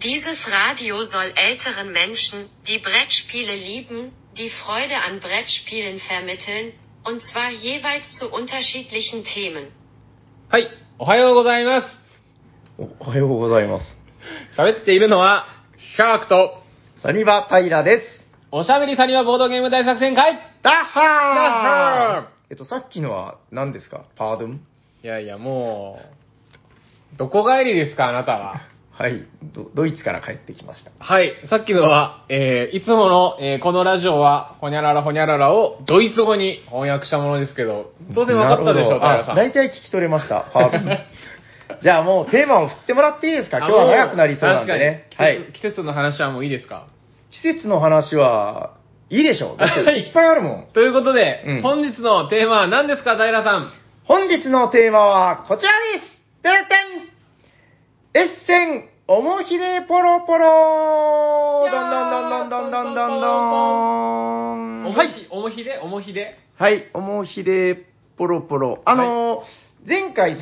Dieses Radio soll älteren Menschen, die Brettspiele lieben, die Freude an Brettspielen vermitteln, und zwar jeweils zu unterschiedlichen Themen. はい、おはようございます。 おはようございます。 喋っているのは、シャークと、 サニバタイラです。 おしゃべりサニバボードゲーム大作戦会ダッハー。 さっきのは何ですか？パードン？ いやいや、もう、どこ帰りですか、あなたは。 はい、ドイツから帰ってきました。 はい、さっきのは、いつもの、このラジオは、ほにゃららほにゃららをドイツ語に翻訳したものですけど、当然分かったでしょう、平さん。 大体聞き取れました。パードン。じゃあもうテーマを振ってもらっていいですか？今日は長くなりそうなんでね。 はい。季節の話はもういいですか？ 季節の話はいいでしょう。だっていっぱいあるもん。 ということで、本日のテーマは何ですか、平さん。 本日のテーマはこちらです。てんてんエッセンおもひでポロポロどんどんどんどんどんどんどんどん。 はい。おもひではい、おもひでポロポロ。前回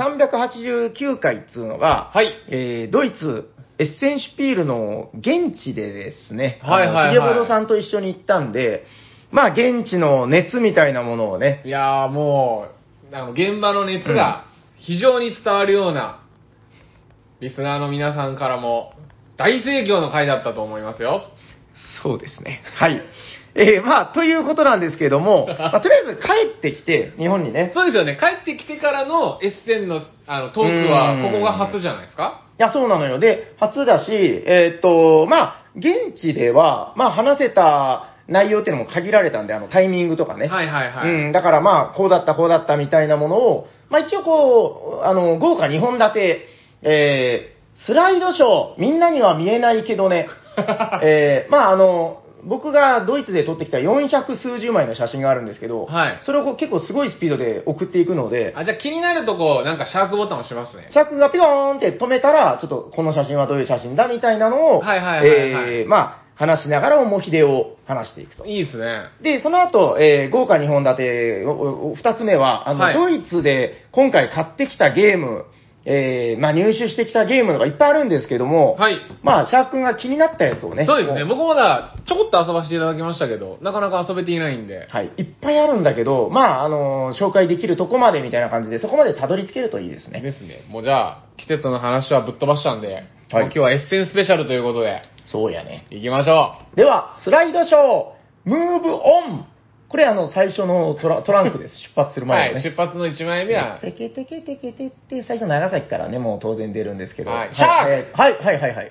389回っつうのが、 はい。 ドイツ、エッセンシュピールの現地でですね、 はいはいはい。 ヒゲボドさんと一緒に行ったんで、まあ現地の熱みたいなものをね。 いやーもう、現場の熱が非常に伝わるような、リスナーの皆さんからも大盛況の回だったと思いますよ。 そうですね。はい。まあ、ということなんですけれども、まあ、とりあえず帰ってきて、日本にね。 そうですよね。帰ってきてからのエッセンのトークは、ここが初じゃないですか？ いや、そうなのよ。で、初だし、まあ、現地では、まあ、話せた内容っていうのも限られたんで、タイミングとかね。 はいはいはい。 うん、だからまあ、こうだったみたいなものを、まあ一応こう、豪華2本立て、スライドショー、みんなには見えないけどね、まあ僕がドイツで撮ってきた400数十枚の写真があるんですけど、 はい。 それをこう結構すごいスピードで送っていくので、 じゃあ気になるとこ、なんかシャークボタン押しますね。 シャークがピローンって止めたら、ちょっとこの写真はどういう写真だみたいなのを、 はいはいはいはい。 まあ、話しながらおもひでを話していくと。 いいですね。 で、その後、豪華2本立て、2つ目は、 はい、 ドイツで今回買ってきたゲーム、まあ入手してきたゲームがいっぱいあるんですけども、 はい。 まあ、シャーク君が気になったやつをね。 そうですね。僕もまだちょこっと遊ばせていただきましたけど、なかなか遊べていないんで。 はい。いっぱいあるんだけど、まあ、紹介できるとこまでみたいな感じで、そこまでたどり着けるといいですね。 ですね。もうじゃあ、季節の話はぶっ飛ばしたんで、はい、今日はエッセンスペシャルということで。 そうやね。 行きましょう。では、スライドショー、ムーブオン。これ最初のトランクです。出発する前のね。 はい、出発の1枚目は。 テケテケテケテって最初長崎からね、もう当然出るんですけど。 はい。シャーク、 はい。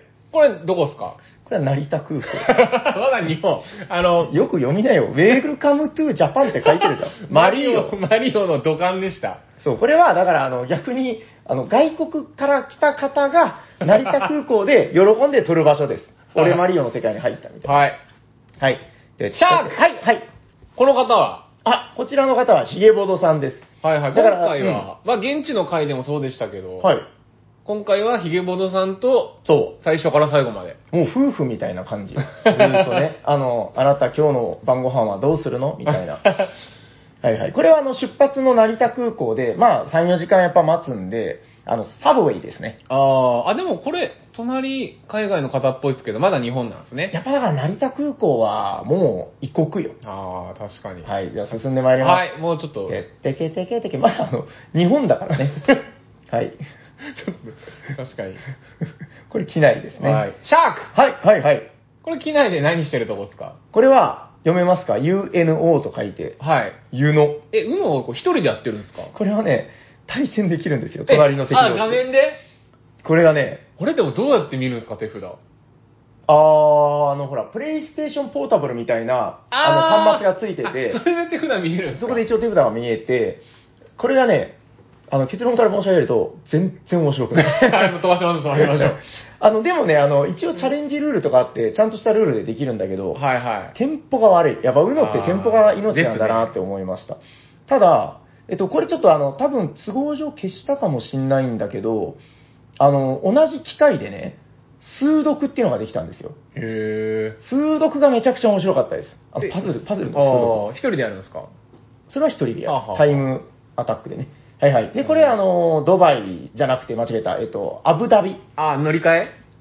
これどこですか？ これは成田空港。 まだ日本。 よく読みなよ。ウェルカムトゥージャパンって書いてるじゃん。マリオの土管でした。 そう、これはだから逆に、外国から来た方が成田空港で喜んで撮る場所です。俺マリオの世界に入ったみたいな。 はい。 はい。 で、シャーク、 はい。 この方はこちらの方はヒゲボドさんです。 はいはい。今回は、まあ現地の回でもそうでしたけど、 はい。 今回はヒゲボドさんと、そう、最初から最後まで。 もう夫婦みたいな感じ。ずっとね、あなた今日の晩ご飯はどうするのみたいな。はい。これは出発の成田空港で、まあ3、4時間やっぱ待つんで、サブウェイですね。 でもこれ、隣、海外の方っぽいですけど、まだ日本なんですね。 やっぱだから成田空港はもう異国よ。 確かに。 はい、じゃあ進んでまいります。 はい、もうちょっと。 てけ、まだ日本だからね。はい。 確かに。 これ機内ですね。 はい。シャーク！ はい。 これ機内で何してるとこですか？ これは、読めますか？ UNO と書いて。 はい。 UNO。 UNO を一人でやってるんですか？ これはね、対戦できるんですよ、隣の席の。 画面で？ これがね、 これでもどうやって見るんですか、手札。 ほら、プレイステーションポータブルみたいな、端末がついてて、 それで手札見えるんですか？ そこで一応手札が見えて、これがね、結論から申し上げると、全然面白くない。 はい、飛ばしましょう。 でもね、一応チャレンジルールとかあって、ちゃんとしたルールでできるんだけど、 はいはい。 テンポが悪い。やっぱ UNO ってテンポが命なんだなって思いました。ただ、これちょっと多分都合上消したかもしんないんだけど、同じ機械でね、数読っていうのができたんですよ。数読がめちゃくちゃ面白かったです。パズルの数読。 一人でやるんですか？ それは一人でやる。タイムアタックでね。はい。で、これドバイじゃなくて間違えた。アブダビ。 乗り換え？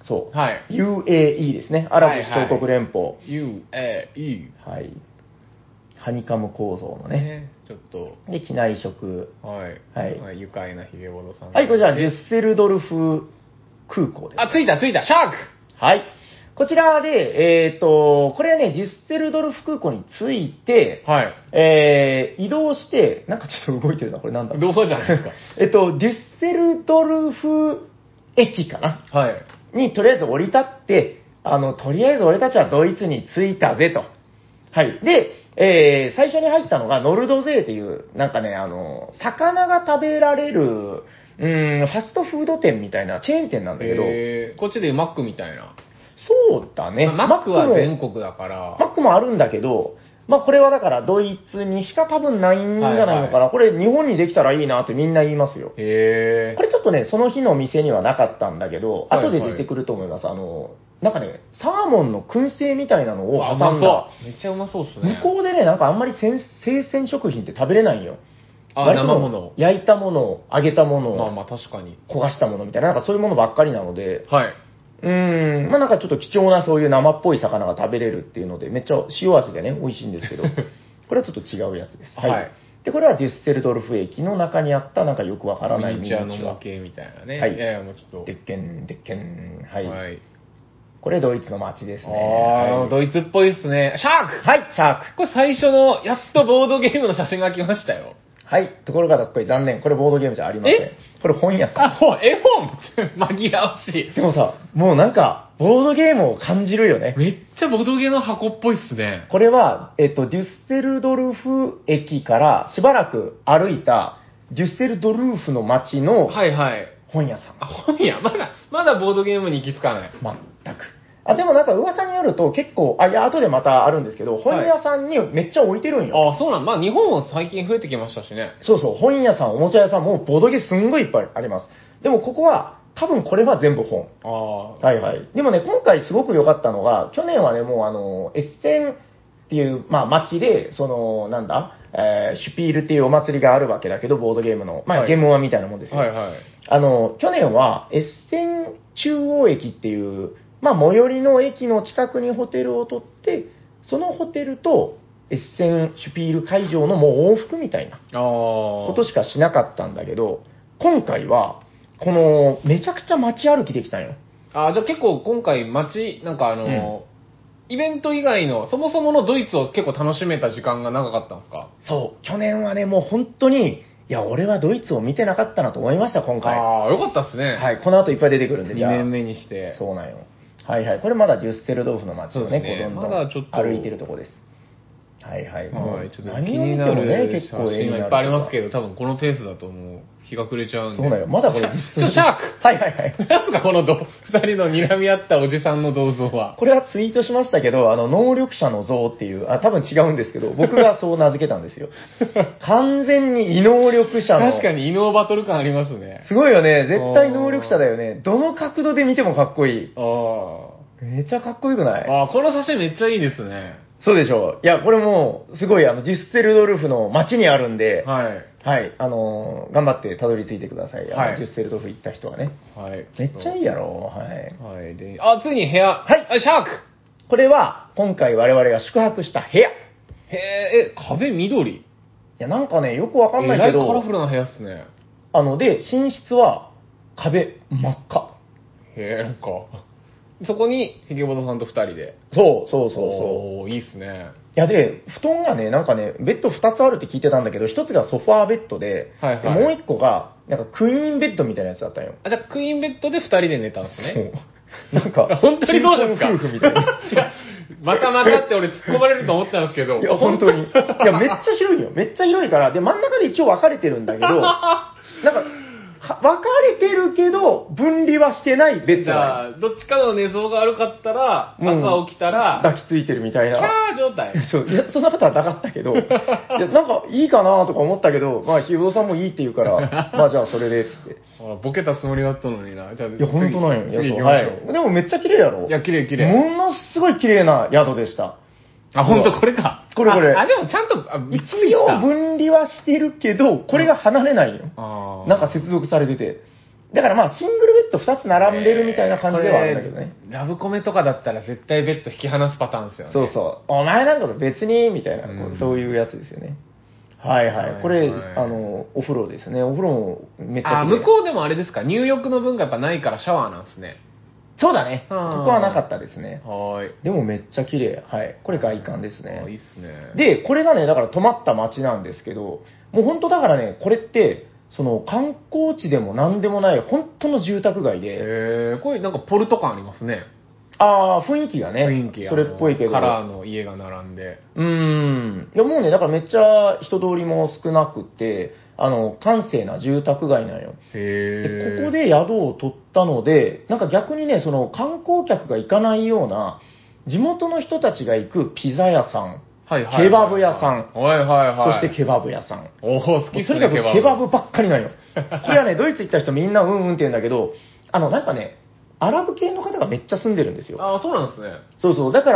そう。 はい。 UAE ですね。アラブ首長国連邦。 UAE。 はい。ハニカム構造のね。 ちょっと。 で、機内食。 はい。 はい。 はい、愉快なヒゲボドさん。 はい、こちら、デュッセルドルフ空港です。 あ、着いた、シャーク。 はい。こちらで、これはね、デュッセルドルフ空港に着いて、 はい。 移動して、なんかちょっと動いてるな、これなんだどうじゃないですか。 デュッセルドルフ駅かな。 はい。 に、とりあえず降り立って、とりあえず俺たちはドイツに着いたぜと。はい。で、最初に入ったのがノルドゼーという、なんかね、魚が食べられる、ファストフード店みたいなチェーン店なんだけど、 こっちでいうマックみたいな。 そうだね。 マックは全国だから。 マックもあるんだけど、まあこれはだからドイツにしか多分ないんじゃないのかな。はいはい、これ日本にできたらいいなってみんな言いますよ。これちょっとね、その日の店にはなかったんだけど、後で出てくると思います。なんかね、サーモンの燻製みたいなのを挟んだ。 めっちゃうまそうっすね。 向こうでね、なんかあんまり生鮮食品って食べれないんよ。 生もの。 焼いたもの、揚げたもの、 まあ確かに。 焦がしたものみたいな、なんかそういうものばっかりなので、 はい。 まあなんかちょっと貴重なそういう生っぽい魚が食べれるっていうので、めっちゃ塩味でね、美味しいんですけど、これはちょっと違うやつです。はい。で、これはデュッセルドルフ駅の中にあった、なんかよくわからないミニチュアの模型みたいなね。 はい。 いやいや、もうちょっと。 でっけん。はい。 はい。 これドイツの街ですね。 はい、ドイツっぽいですね。シャーク。 はい、シャーク。 これ最初の、やっとボードゲームの写真が来ましたよ。 はい。ところがどっこい残念。これボードゲームじゃありません。これ本屋さん。 絵本紛らわしい。 でもさ、もうなんか、ボードゲームを感じるよね。 めっちゃボードゲームの箱っぽいっすね。 これは、デュッセルドルフ駅からしばらく歩いた、デュッセルドルフの街の、 はいはい。 本屋さん。 本屋まだボードゲームに行き着かない。 全く。でもなんか噂によると結構、いや、後でまたあるんですけど、本屋さんにめっちゃ置いてるんよ。 そうなん。まあ日本は最近増えてきましたしね。 そうそう、本屋さん、おもちゃ屋さんもボードゲすんごいいっぱいあります。でもここは、多分これは全部本。はいはい。でもね、今回すごく良かったのが、去年はね、もうエッセンっていう、まあ街で、シュピールっていうお祭りがあるわけだけど、ボードゲームの。まあ、ゲームワンみたいなもんですよ。 はいはい。 去年は、エッセン中央駅っていう、まあ、最寄りの駅の近くにホテルを取って、そのホテルとエッセンシュピール会場のもう往復みたいなことしかしなかったんだけど、今回は、めちゃくちゃ街歩きできたんよ。 じゃあ結構今回イベント以外の、そもそものドイツを結構楽しめた時間が長かったんですか？ そう。去年はね、もう本当に、いや、俺はドイツを見てなかったなと思いました、今回。 よかったっすね。 はい、この後いっぱい出てくるんで、 じゃあ。2年目にして。 そうなんよ。はいはい。これまだデュッセルドルフの街をね、どんどんまだちょっと歩いてるとこです。はいはい。 はい、ちょっと気になる写真はいっぱいありますけど、多分このペースだともう日が暮れちゃうんで。 そうだよ。まだこれシャーク。 はいはいはい。 なんすかこの二人の睨み合ったおじさんの銅像は。 これはツイートしましたけど、能力者の像っていう、多分違うんですけど、僕がそう名付けたんですよ。完全に異能力者の。 確かに異能バトル感ありますね。 すごいよね。絶対能力者だよね。どの角度で見てもかっこいい。めっちゃかっこよくない？ この写真めっちゃいいですね。 そうでしょう。いや、これもう、すごい、デュッセルドルフの街にあるんで、 はい。 はい。頑張ってたどり着いてください。 はい。 デュッセルドルフ行った人はね。 はい。 めっちゃいいやろ。はい。 はい。で、ついに部屋。 はい。 シャーク。 これは、今回我々が宿泊した部屋。 壁緑？いや、なんかね、よくわかんないけど。 カラフルな部屋っすね。 で、寝室は、壁、真っ赤。 なんか。そこに、ヒゲボドさんと二人で。 そう。 いいっすね。 いやで、布団がね、なんかね、ベッド2つあるって聞いてたんだけど、1つがソファーベッドで、 はいはい、 でもう1個が、なんかクイーンベッドみたいなやつだったんよ。 じゃあクイーンベッドで2人で寝たんですね。 そう。なんか、 本当にどうですか？ 夫婦みたいな。 またって俺突っ込まれると思ったんですけど。 いや、本当に。いや、めっちゃ広いよ。めっちゃ広いから、で、真ん中で一応分かれてるんだけど、なんか、分かれてるけど、分離はしてないベッド。じゃあ、どっちかの寝相が悪かったら、朝起きたら、 抱きついてるみたいな。 キャー状態。 そう。いや、そんなことはなかったけど、いや、なんかいいかなとか思ったけど、まあ、ひよさんもいいって言うから、まあじゃあそれで、つって。 ボケたつもりだったのにな。じゃあ、 いや、本当なんよ。 次行きましょう。 でもめっちゃ綺麗やろ？ いや、綺麗。 ものすごい綺麗な宿でした。 本当これか。 これ。 でもちゃんと、 一応分離はしてるけど、これが離れないよ。なんか接続されてて。だからまあ、シングルベッと2つ並んでるみたいな感じではあるんだけどね。 ラブコメとかだったら絶対ベッド引き離すパターンですよね。 そうそう。お前なんかと別にみたいな、 うんそういうやつですよね。はいはい。これ、お風呂ですね。お風呂もめっちゃ綺麗。 向こうでもあれですか、入浴の文化やっぱないからシャワーなんですね。 そうだね。ここうんはなかったですね。 はーい。 でもめっちゃ綺麗。はい。これ外観ですね。 いいっすね。 で、これがね、だから泊まった街なんですけど、もう本当だからね、これって、その観光地でも何でもない、本当の住宅街で、 これなんかポルト感ありますね。 ああ、雰囲気がね、 雰囲気それっぽいけど。 カラーの家が並んで。 いやもうね、だからめっちゃ人通りも少なくて、閑静な住宅街なんよ。で、ここで宿を取ったので、なんか逆にね、その観光客が行かないような、地元の人たちが行くピザ屋さん、ケバブ屋さん、 はいはいはい。 そしてケバブ屋さん。 おお、好きっすね。 とにかくケバブばっかりなんよ。これはね、ドイツ行った人みんなうんうんって言うんだけど、なんかね、アラブ系の方がめっちゃ住んでるんですよ。 ああ、そうなんですね。 そうそう。だから、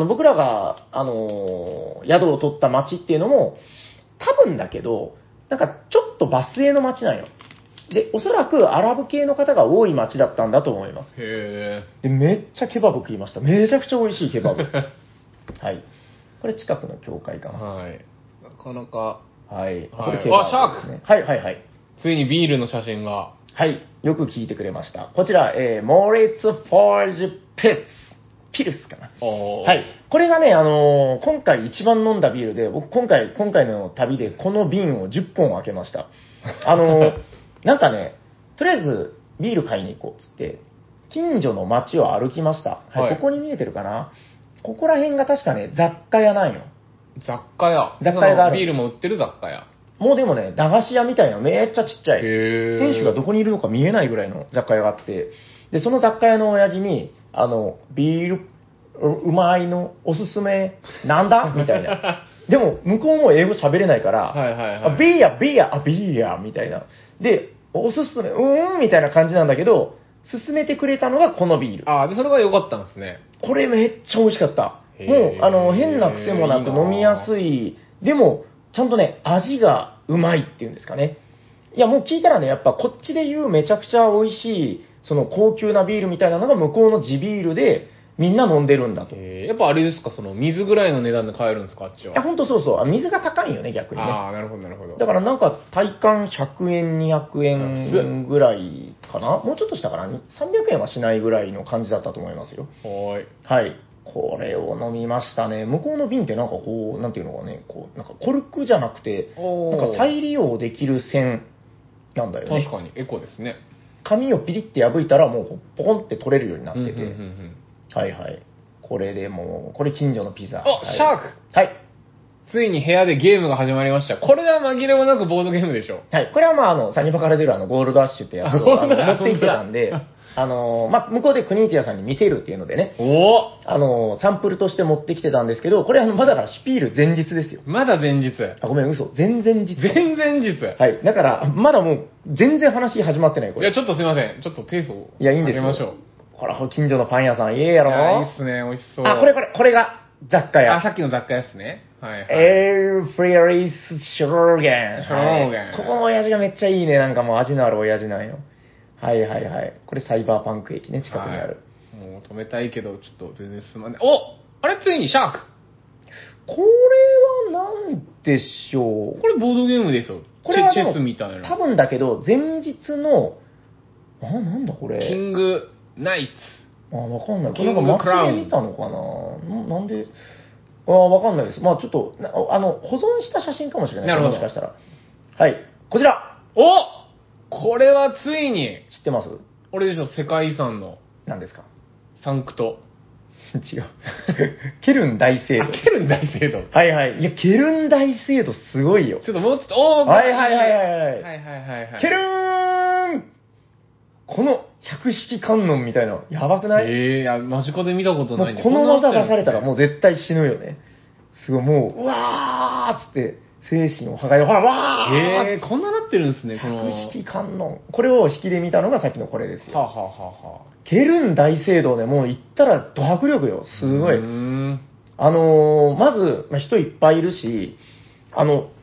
僕らが、宿を取った街っていうのも、多分だけど、なんかちょっとバスへの街なんよ。で、おそらくアラブ系の方が多い街だったんだと思います。 へで、めっちゃケバブ食いました。めちゃくちゃ美味しいケバブ。はい。これ近くの教会かな。 はい。なかなか。 はい。 はいこれケバブですね。はいはいはい。 ついにビールの写真が。 はい。よく聞いてくれました。こちら、モーリッツ・フォージ・ピルスかな。はい。これがね、今回一番飲んだビールで、僕今回の旅でこの瓶を10本開けました。なんかね、とりあえずビール買いに行こうっつって、近所の街を歩きました。はい。 はいここに見えてるかな。ここら辺が確かね、雑貨屋なんよ。 雑貨屋。 雑貨屋があるビールも売ってる雑貨屋。 もうでもね、駄菓子屋みたいなめっちゃちっちゃい。 へー店主がどこにいるのか見えないぐらいの雑貨屋があって、で、その雑貨屋の親父に、ビール、うまいの、おすすめ、なんだみたいな。でも、向こうも英語喋れないから、 はいはいはいあビーヤ、みたいな。で、おすすめ、みたいな感じなんだけど、勧めてくれたのがこのビール。 ああ、で、それが良かったんですね。 これめっちゃ美味しかった。 へもーう、変な癖もなくいいな飲みやすい。でも、ちゃんとね、味がうまいっていうんですかね。いや、もう聞いたらね、やっぱこっちで言うめちゃくちゃ美味しい、その高級なビールみたいなのが向こうの地ビールで、みんな飲んでるんだと。 やっぱあれですか、その水ぐらいの値段で買えるんですか、あっちは。 いや、ほんとそうそう。水が高いよね、逆にね。 ああ、なるほどなるほど。 だからなんか体感100円、200円ぐらいかな、もうちょっとしたかな ?300 円はしないぐらいの感じだったと思いますよ。 はーい。 はい。これを飲みましたね。向こうの瓶ってなんかこう、なんていうのかね、こう、なんかコルクじゃなくて、 おーなんか再利用できる線なんだよね。 確かに、エコですね。 紙をピリって破いたらもうポコンって取れるようになってて。 うんうんうんうんはいはい。これでもう、これ近所のピザ。 おはいシャークはい。 ついに部屋でゲームが始まりました。これは紛れもなくボードゲームでしょ。 はい。これはまあ、サニバから出るゴールドアッシュってやつをゴールド持ってきてたんで、まあ、向こうで国市屋さんに見せるっていうのでね、サンプルとして持ってきてたんですけど、これまだからシピール前日ですよ。 まだ前日。 あ、ごめん、嘘。前々日。 前々日。 はい。だから、まだもう、全然話始まってない、これ。 いや、ちょっとすいません。ちょっとペースをいや、いいんですよ。 上げましょう。 ほら、近所のパン屋さん、いいやろいやいいっすね、美味しそう。 あ、これが雑貨屋。 あ、さっきの雑貨屋ですね。はい、はい。 フレリス・ショローゲン。 ショローゲンはいここの親父がめっちゃいいね。なんかもう味のある親父なんよ。はいはいはい。これサイバーパンク駅ね、近くにある。 はい、もう止めたいけど、ちょっと全然進まない。おあれついにシャークこれは何でしょう。 これボードゲームですよ。 これはチェスみたいな。 多分だけど、前日の、なんだこれ。 キングナイツ。 わかんない。こキングれなんかクラウン街で見たのかななんで、わかんないです。まあちょっと、保存した写真かもしれない。 なるほどもしかしたら。はい。こちらおこれはついに、 知ってます俺でしょ、世界遺産の何ですかサンクト。 違う。ケルン大聖あ、 堂。 ケルン大聖堂。 はいはい。いや、ケルン大聖堂すごいよ。 ちょっともうちょっと、おーはいはいはいはいはい。 はいはいはいはい。 ケルーンこの百式観音みたいな、やばくないいや、間近で見たこともないんでうこの技出されたらもう。 う絶対死ぬよね。すごい、もう、うわーっつって、精神を破壊、ほら、わーこんななってるんですね、この。 百式観音。これを引きで見たのがさっきのこれですよ。 はあ、はあはあはあ、 ケルン大聖堂ね、もう行ったらド迫力よ。すごい。まず、人いっぱいいるし、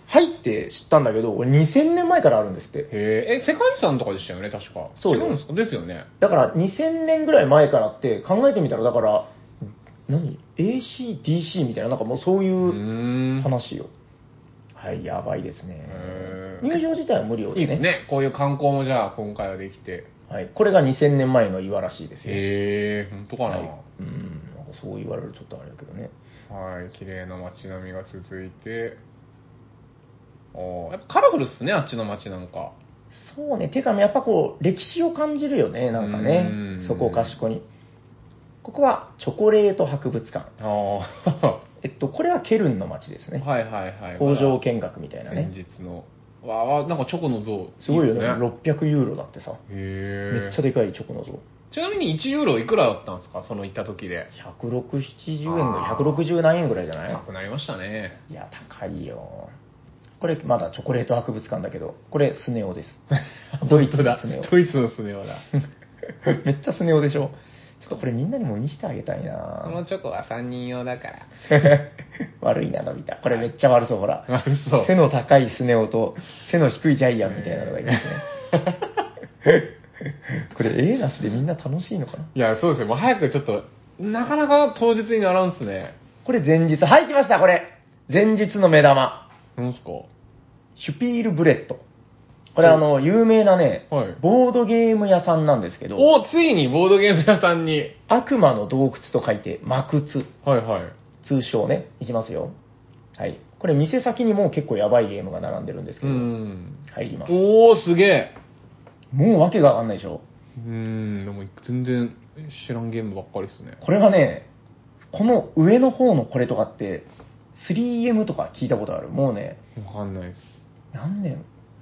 入って知ったんだけど、俺2000年前からあるんですって。 へ世界遺産とかでしたよね、確か。 そうよ。 違うんですか？ですよね。 だから2000年ぐらい前からって考えてみたら、だから、AC、DC みたいな、なんかもうそういう話よ。はい、やばいですね。入場自体は無料でね。 いいですね。こういう観光もじゃあ今回はできて。 はい、これが2000年前の岩らしいですよ。 本当かな、はい、 なんかそう言われるとちょっとあれだけどね。 はい、綺麗な街並みが続いて。やっぱカラフルっすね、あっちの街なんか。 そうね、てかやっぱこう、歴史を感じるよね、なんかね。そこかしこに。ここはチョコレート博物館。これはケルンの街ですね。 はいはいはい。 工場見学みたいなね。 先日の。わあ、なんかチョコの像。 すごいよね。600ユーロだってさ。めっちゃでかいチョコの像。 ちなみに1ユーロいくらだったんですか、その行った時で。 160、70円ぐらい、160何円ぐらいじゃない？ 高くなりましたね。 いや、高いよ。これまだチョコレート博物館だけど、これスネ夫です。ドイツのスネ夫。 ドイツのスネ夫だ。 めっちゃスネ夫でしょ。ちょっとこれみんなにも見せてあげたいな。 このチョコは3人用だから。 悪いな、のび太。これめっちゃ悪そう、ほら。 悪そう。 背の高いスネ夫と背の低いジャイアンみたいなのがいますね。これなしでみんな楽しいのかな？ いや、そうですよ。もう早くちょっと、なかなか当日にならんすね。 これ前日。はい、来ました、これ。前日の目玉。 何すか？ シュピールブレッド。これ有名なね、 はい、 ボードゲーム屋さんなんですけど。 ついにボードゲーム屋さんに。 悪魔の洞窟と書いて、魔窟。 はいはい。 通称ね。いきますよ。はい。これ店先にも結構やばいゲームが並んでるんですけど。入ります。 すげえ。 もうわけがわかんないでしょ。 でも全然知らんゲームばっかりですね。 これはね、この上の方のこれとかって、3M とか聞いたことある？もうね。 わかんないです。 何年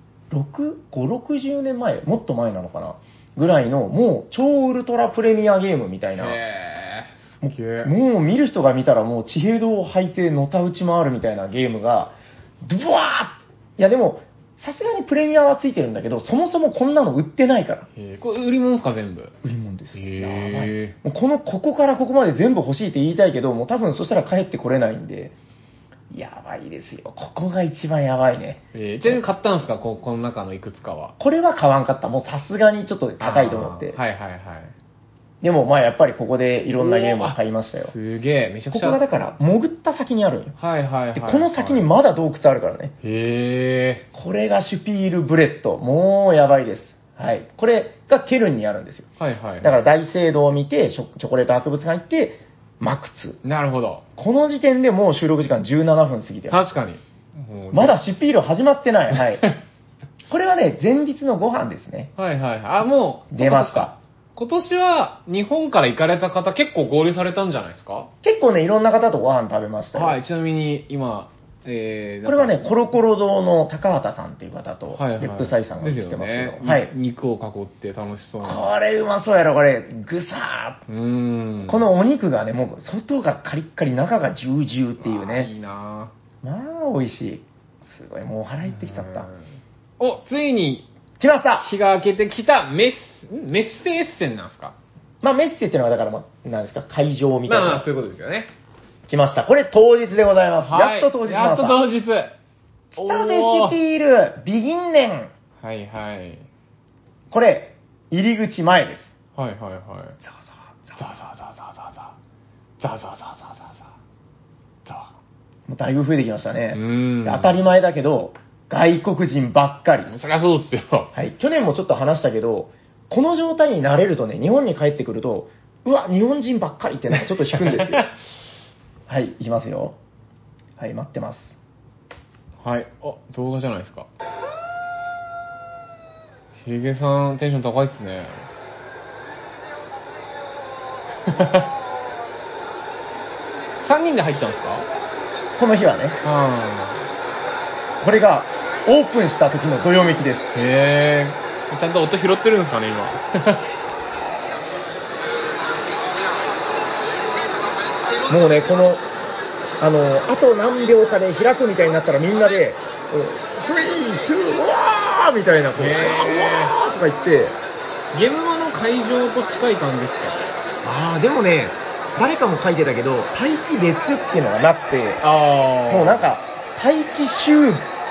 ?60 年前もっと前なのかなぐらいの、もう超ウルトラプレミアゲームみたいな。もう見る人が見たらもう地平道を履いてのたうち回るみたいなゲームが、ドゥワーッ！いやでも、さすがにプレミアはついてるんだけど、そもそもこんなの売ってないから。 これ売り物ですか、全部？ 売り物です。やばい。ここからここまで全部欲しいって言いたいけど、もう多分そしたら帰ってこれないんで、やばいですよ。ここが一番やばいね。 ちなみに買ったんですか、この中のいくつかは？ これは買わんかった。もうさすがにちょっと高いと思って。 はいはいはい。 でもまあやっぱりここでいろんなゲームを買いましたよ。 すげえ、めちゃくちゃ。 ここがだから潜った先にあるんよ。 はいはいはい。 この先にまだ洞窟あるからね。 へえ。 これがシュピールブレッド。もうやばいです。はい。これがケルンにあるんですよ。 はいはい。 だから大聖堂を見て、チョコレート博物館行って、マクツ。 なるほど。 この時点でもう収録時間17分過ぎてる。 確かに。 まだシュピール始まってない。はい。これはね、前日のご飯ですね。 はいはいはい。もう、 出ました。 今年は日本から行かれた方結構合流されたんじゃないですか？ 結構ね、いろんな方とご飯食べましたよ。 はい、ちなみに今、 これはね、コロコロ堂の高畑さんっていう方と、レップサイさんが来てますけど、 はい、肉を囲って楽しそうな。 これうまそうやろ、これ。ぐさーこのお肉がね、もう外がカリッカリ、中がジュージューっていうね。 いいなまあ、美味しい。すごい、もう腹減ってきちゃった。 ついに、 来ました日が明けてきたメッセエッセンなんですか？ まあ、メッセっていうのはだから、なんですか、会場みたいな。 まあ、そういうことですよね。 来ました。これ当日でございます。 はい、 やっと当日やっと当日。 来たぜ、シュピール、ビギンネン。 はいはい。 これ、入り口前です。 はいはいはい。ザザザザザザザザザザザザザザ。 もうだいぶ増えてきましたね。当たり前だけど、外国人ばっかり。 そりゃそうですよ。 はい。去年もちょっと話したけど、この状態になれるとね、日本に帰ってくると、うわ、日本人ばっかりってなんかちょっと引くんですよ。はい、いきますよ。はい、待ってます。 はい。動画じゃないですか。ヒゲさん、テンション高いっすね。3人で入ったんですか？ この日はね。これが、オープンした時のどよめきです。 へー。ちゃんと音拾ってるんですかね、今。 もうね、この、あと何秒かで開くみたいになったらみんなで、3、2、ワーみたいな、こう、ワーとか言って。 ゲームマの会場と近い感じですか？でもね、誰かも書いてたけど、待機列っていうのがなくて、もうなんか、待機集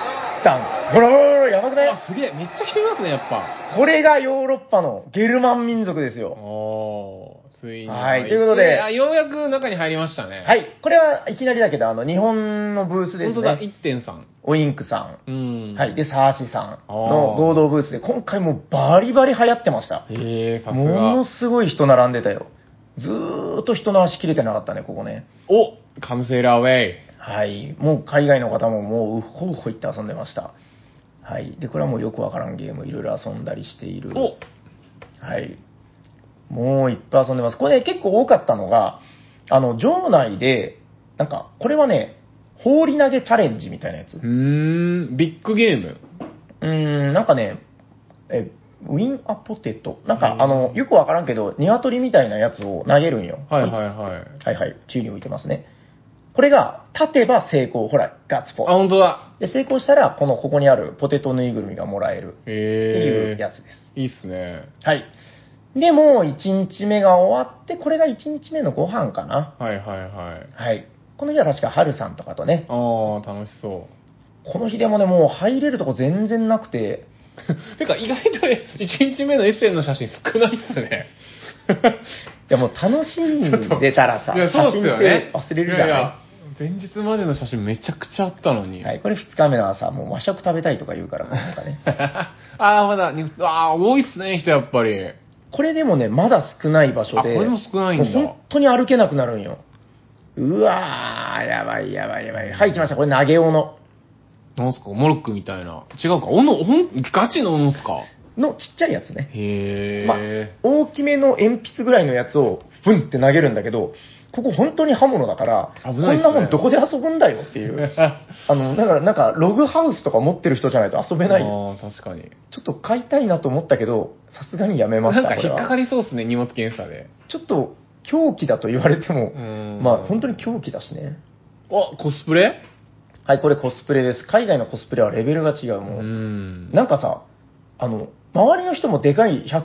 タン。ほらほらほら、やばくない？ すげえ、めっちゃ人いますね、やっぱ。 これがヨーロッパのゲルマン民族ですよ。 おー、ついに。 はいということでようやく中に入りましたね。 はい。これはいきなりだけど、日本のブースですね。 本当だ、1.3。 オインクさん。 うん。 はい。で、サーシさんの合同ブースで、今回もバリバリ流行ってました。 へえ、さすものが。 すごい人並んでたよ。ずーっと人の足切れてなかったね、ここね。 お、カムセーラーウェイ。 はい。もう海外の方ももう、うほうほ言って遊んでました。はい。で、これはもうよくわからんゲームいろいろ遊んだりしている。 お、 はい。もういっぱい遊んでます。これね、結構多かったのが、場内で、なんか、これはね、放り投げチャレンジみたいなやつ。 ビッグゲーム。 なんかね、ウィンアポテト。なんか、よくわからんけど、鶏みたいなやつを投げるんよ。 はいはいはい。 はいはい。宙に浮いてますね。これが、立てば成功。ほら、ガッツポあ、本当だ。 で、成功したら、ここにあるポテトぬいぐるみがもらえる。ってへえ。 いうやつです。 いいっすね。 はい。で、もう1日目が終わって、これが1日目のご飯かな。 はいはいはい。 はい。この日は確か春さんとかとね。 ああ、楽しそこの日でもね、もう入れるとこ全然なくて。 う。てか、意外と1日目のエッセンの写真少ないっすね。 いやもう楽しんでたらさ、 いや、そうっすよね。 写真って忘れるじゃない。 いやいや前日までの写真めちゃくちゃあったのに。 はい、これ2日目の朝、もう和食食べたいとか言うから、なんかね。 ああ、まだ、多いっすね、人やっぱり。 これでもね、まだ少ない場所で。 あ、これも少ないんだ。 もう本当に歩けなくなるんよ。うわー、やばいやばいやばい。はい、来ました。これ投げ斧。 なんすかモロックみたいな。違うかガチの斧っすかのちっちゃいやつね。 へまえ。 大きめの鉛筆ぐらいのやつを、ブンって投げるんだけど、ここ本当に刃物だから、 危ないっすねこんなもんどこで遊ぶんだよっていう。だからなんか、ログハウスとか持ってる人じゃないと遊べないよ。 ああ、確かに。 ちょっと買いたいなと思ったけど、さすがにやめました。 なんか引っかかり。 りそうっすね、荷物検査で。 ちょっと、狂気だと言われてもん、 まあ本当に狂気だしね。 あ、コスプレはい、これコスプレです。海外のコスプレはレベルが違うもん。なんかさ、周りの人もでかい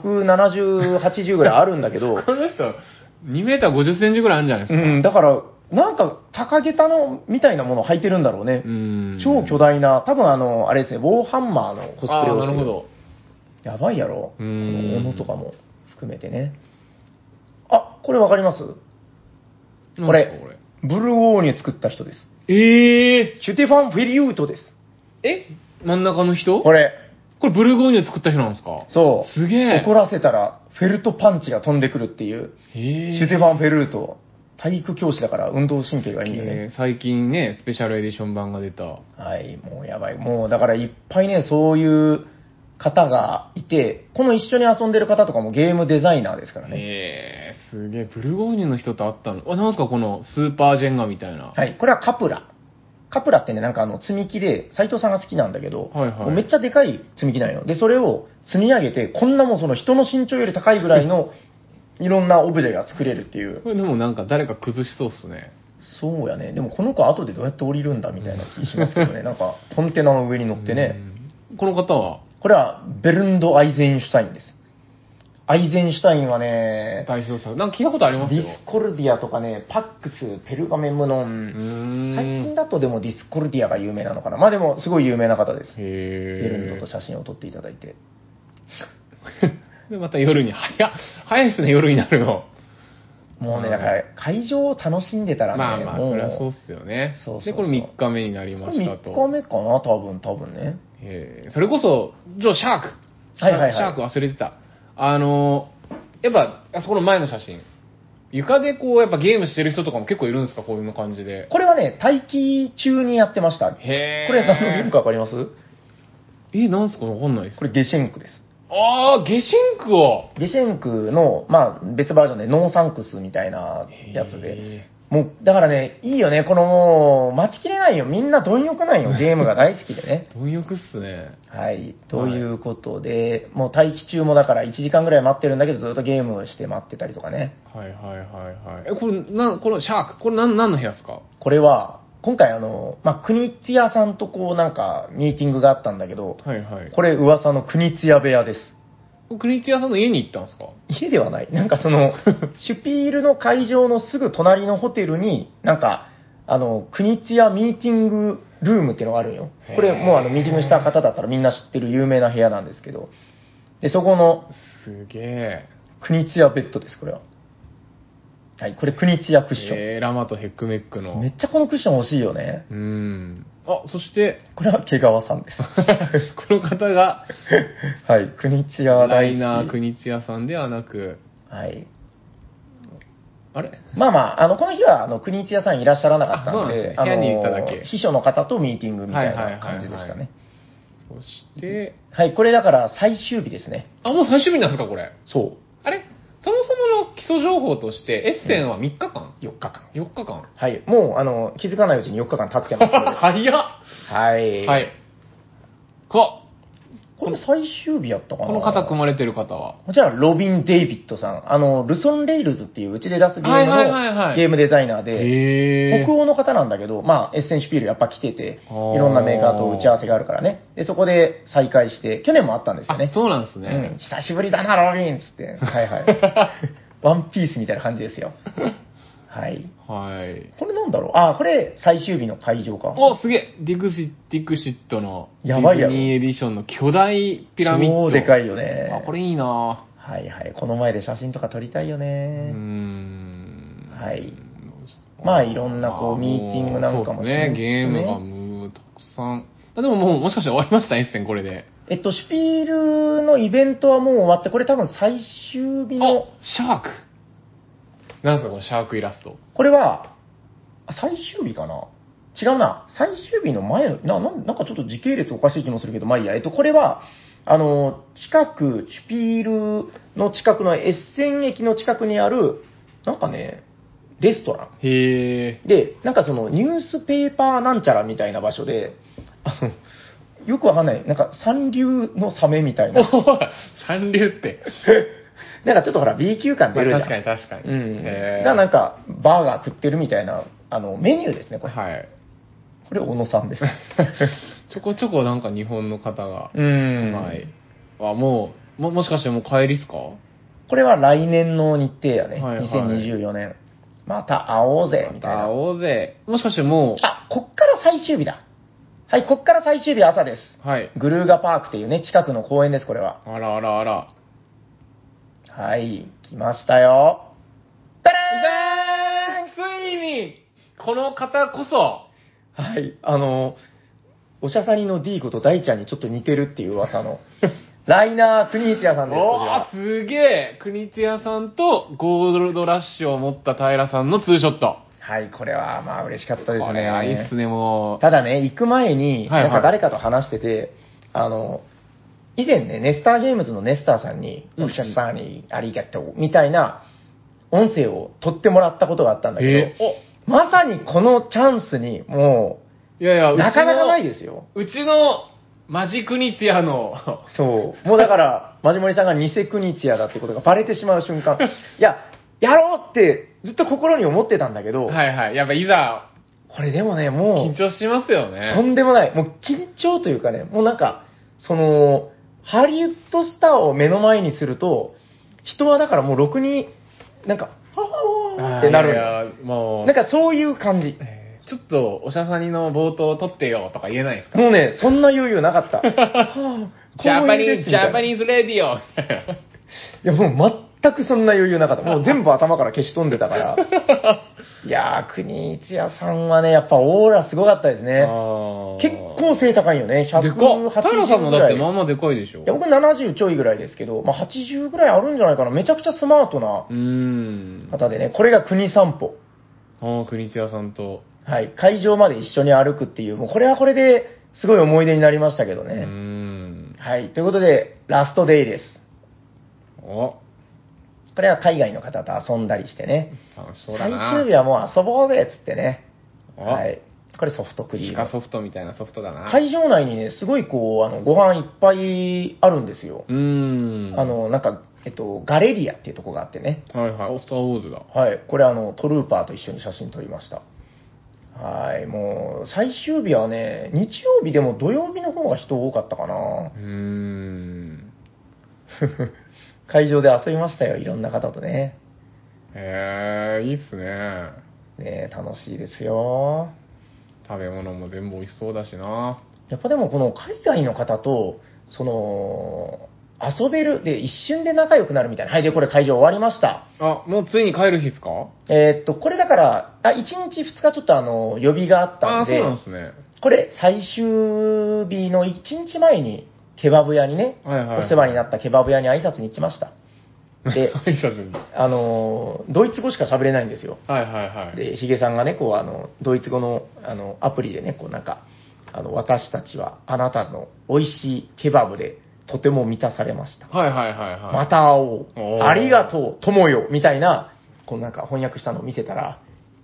170、80ぐらいあるんだけど、 この人、2メーター50センチぐらいあるんじゃないですか。 だから、なんか高下駄のみたいなものを履いてるんだろうね。超巨大な、多分あれですね、ウォーハンマーのコスプレをしてる。 なるほど。 やばいやろ。この斧とかも含めてね。あ、これわかります？これ、ブルゴーニュ作った人です。シュテファン・フェリュートです。 真ん中の人これブルゴーニュ作った人なんですか？ そう。 すげえ。 怒らせたらフェルトパンチが飛んでくるっていう。シュテファン・フェルート。体育教師だから運動神経がいいんだよね。 最近ね、スペシャルエディション版が出た。 はい、もうやばい。もうだからいっぱいね、そういう方がいて、この一緒に遊んでる方とかもゲームデザイナーですからね。 すげえ。ブルゴーニュの人と会ったの。なんすかこのスーパージェンガみたいな。 はい、これはカプラ。カプラってね、なんか積み木で、斉藤さんが好きなんだけど、もうめっちゃでかい積み木なんよ。で、それを積み上げて、こんなもんその人の身長より高いぐらいのいろんなオブジェが作れるっていう。 これでもなんか誰か崩しそうっすね。 そうやね。でもこの子後でどうやって降りるんだみたいな気しますけどね。なんかコンテナの上に乗ってね。 この方はこれはベルンド・アイゼンシュタインです。アイゼンシュタインはね、 代表作。なんか聞いたことありますよ。 ディスコルディアとかね、パックス、ペルガメムノン。最近だとでもディスコルディアが有名なのかな。まあでもすごい有名な方です。ベルンドと写真を撮っていただいて。 で、また夜に、早いですね、夜になるの。 もうね、だから会場を楽しんでたらね。 まあ、それはそうっすよね。 そうで、これ3日目になりましたと。 3日目かな、多分ね。 それこそ、シャーク。シャーク忘れてた。やっぱ、あそこの前の写真。床でこう、やっぱゲームしてる人とかも結構いるんですか、こういう感じで。 これはね、待機中にやってました。これ何のゲームかわかります？ なんすかわかんないです。 これゲシェンクです。 ゲシェンクをゲシェンクの、まあ、別バージョンでノーサンクスみたいなやつで。もう、だからね、いいよね、このもう、待ちきれないよ。みんな貪欲なんよ、ゲームが大好きでね。 貪欲っすね。 はい。ということで、もう待機中もだから1時間ぐらい待ってるんだけど、ずっとゲームして待ってたりとかね。 これこのシャーク、これ何の部屋ですか？ これは、今回国津屋さんとこうなんかミーティングがあったんだけど、これ噂の国津屋部屋です。 国津屋さんの家に行ったんですか？ 家ではない。なんかシュピールの会場のすぐ隣のホテルに、なんか、国津屋ミーティングルームっていうのがあるんよ。これもうミーティングした方だったらみんな知ってる有名な部屋なんですけど、で、そこのすげえ。 国津屋ベッドです、これは。はい、これ国津屋クッション。 ラマとヘックメックの。 めっちゃこのクッション欲しいよね。 あ、そして、 これは毛川さんです。 この方が、 はい、国津屋ライナー国津屋さんではなく、 はい。 あれまあまあ、この日は国津屋さんいらっしゃらなかったんで、 部屋に行っただけ。 秘書の方とミーティングみたいな感じでしたね。 そして、 はい、これだから最終日ですね。 あ、もう最終日なんですか、これ。 そう。 あれそもそもの基礎情報として、エッセンは3日間、 4日間。 4日間。 はい。もう、気づかないうちに4日間経ってますので。 早っ。 はい。 はい。 これ最終日やったかな。 この方組まれてる方は。 こちら、ロビン・デイビッドさん。ルソン・レイルズっていううちで出すゲームのゲームデザイナーで、北欧の方なんだけど、まあ、エッセンシュピールやっぱ来てて、いろんなメーカーと打ち合わせがあるからね。で、そこで再会して、去年もあったんですよね。 そうなんですね。 久しぶりだな、ロビンっつって。はいはい。ワンピースみたいな感じですよ。はい。 はい。 これなんだろう。あ、これ最終日の会場か。 お、すげえ。ディクシットのデやばいやろィズニーエディションの巨大ピラミッド。 超でかいよね。 あ、これいいなはいはい。この前で写真とか撮りたいよね。はい。まあいろんなこうミーティングなんかもそうですね。ゲームがたくさん。あ、でももしかして終わりました、エッセンこれで。 シュピールのイベントはもう終わって、これ多分最終日の。 シャーク。なんすかこのシャークイラスト。 これは、最終日かな違うな。最終日の前の、なんかちょっと時系列おかしい気もするけど、まあいいや。これは、近く、シュピールの近くのエッセン駅の近くにある、なんかね、レストラン。 へー。 で、なんかそのニュースペーパーなんちゃらみたいな場所で、よくわかんない。なんか三流のサメみたいな。 三流って。 なんかちょっとほら B 級感出るじゃん。 確かに確かに。 うん。がなんかバーガー食ってるみたいな、メニューですね、これ。 はい。 これ小野さんです。 ちょこちょこなんか日本の方が。 はい。 あ、もしかしてもう帰りっすか？ これは来年の日程やね。 はいはい、 2024年。また会おうぜ、みたいな。 会おうぜ。もしかしてもう。 あ、こっから最終日だ。はい、こっから最終日朝です。 はい。 グルーガパークっていうね、近くの公園です、これは。 あらあらあら。 はい、来ましたよ。ダラーンついに、この方こそ。 はい、おしゃさにの D こと大ちゃんにちょっと似てるっていう噂の、ライナー・クニーツヤさんです。 おー、すげえ。クニーツヤさんとゴールドラッシュを持った平さんのツーショット。 はい、これはまあ嬉しかったですね。 これはいいっすね、もう。 ただね、行く前に、 はいはいなんか誰かと話してて、以前ね、ネスターゲームズのネスターさんに、お客さんにありがとう、みたいな音声を取ってもらったことがあったんだけど、まさにこのチャンスに、もう、なかなかないですよ。 うちのマジクニツヤの。 そう。もうだから、マジモリさんが偽クニツヤだってことがバレてしまう瞬間。いや、やろうってずっと心に思ってたんだけど、 はいはい。やっぱいざ、 これでもね、もう、 緊張しますよね。 とんでもない。もう緊張というかね、もうなんか、ハリウッドスターを目の前にすると、人はだからもうろくに、なんか、はぁーってなる。 いやもう、 なんかそういう感じ。 ちょっと、おしゃさにの冒頭撮ってよとか言えないですか？ もうね、そんな余裕なかった。はぁジャパニーズレディオいや、もう全くそんな余裕なかった。もう全部頭から消し飛んでたから。いやー、国津屋さんはね、やっぱオーラすごかったですね。結構背高いよね。180 でかっ。平さんもだってまあまあでかいでしょ。 いや、僕70ちょいぐらいですけど、まあ80ぐらいあるんじゃないかな。めちゃくちゃスマートな方でね、これが国散歩。 ああ、国津屋さんと。 はい、会場まで一緒に歩くっていう、もうこれはこれですごい思い出になりましたけどね。はい、ということで、ラストデイです。これは海外の方と遊んだりしてね。最終日はもう遊ぼうぜっつってね。はい。これソフトクリーム。 シカソフトみたいなソフトだな。 会場内にね、すごいこう、ご飯いっぱいあるんですよ。なんか、ガレリアっていうとこがあってね。 はいはい。スターウォーズだ。 はい。これトルーパーと一緒に写真撮りました。はい。もう、最終日はね、日曜日でも土曜日の方が人多かったかな。会場で遊びましたよ、いろんな方とね。 へえ、いいっすね。 ね楽しいですよ。 食べ物も全部美味しそうだしな。 やっぱでもこの海外の方と、遊べる、で、一瞬で仲良くなるみたいな。はい、で、これ会場終わりました。 あ、もうついに帰る日っすか？ これだから、1日2日ちょっと予備があったんで、 そうなんですね。 これ最終日の1日前にケバブ屋にね、 はいはいはい、 お世話になったケバブ屋に挨拶に行きました。で、 挨拶に。 ドイツ語しか喋れないんですよ。 はいはいはい。 で、ヒゲさんがね、ドイツ語の、アプリでね、私たちはあなたの美味しいケバブでとても満たされました。 はいはいはいはい。 また会おう。ありがとう、友よ。みたいな、翻訳したのを見せたら、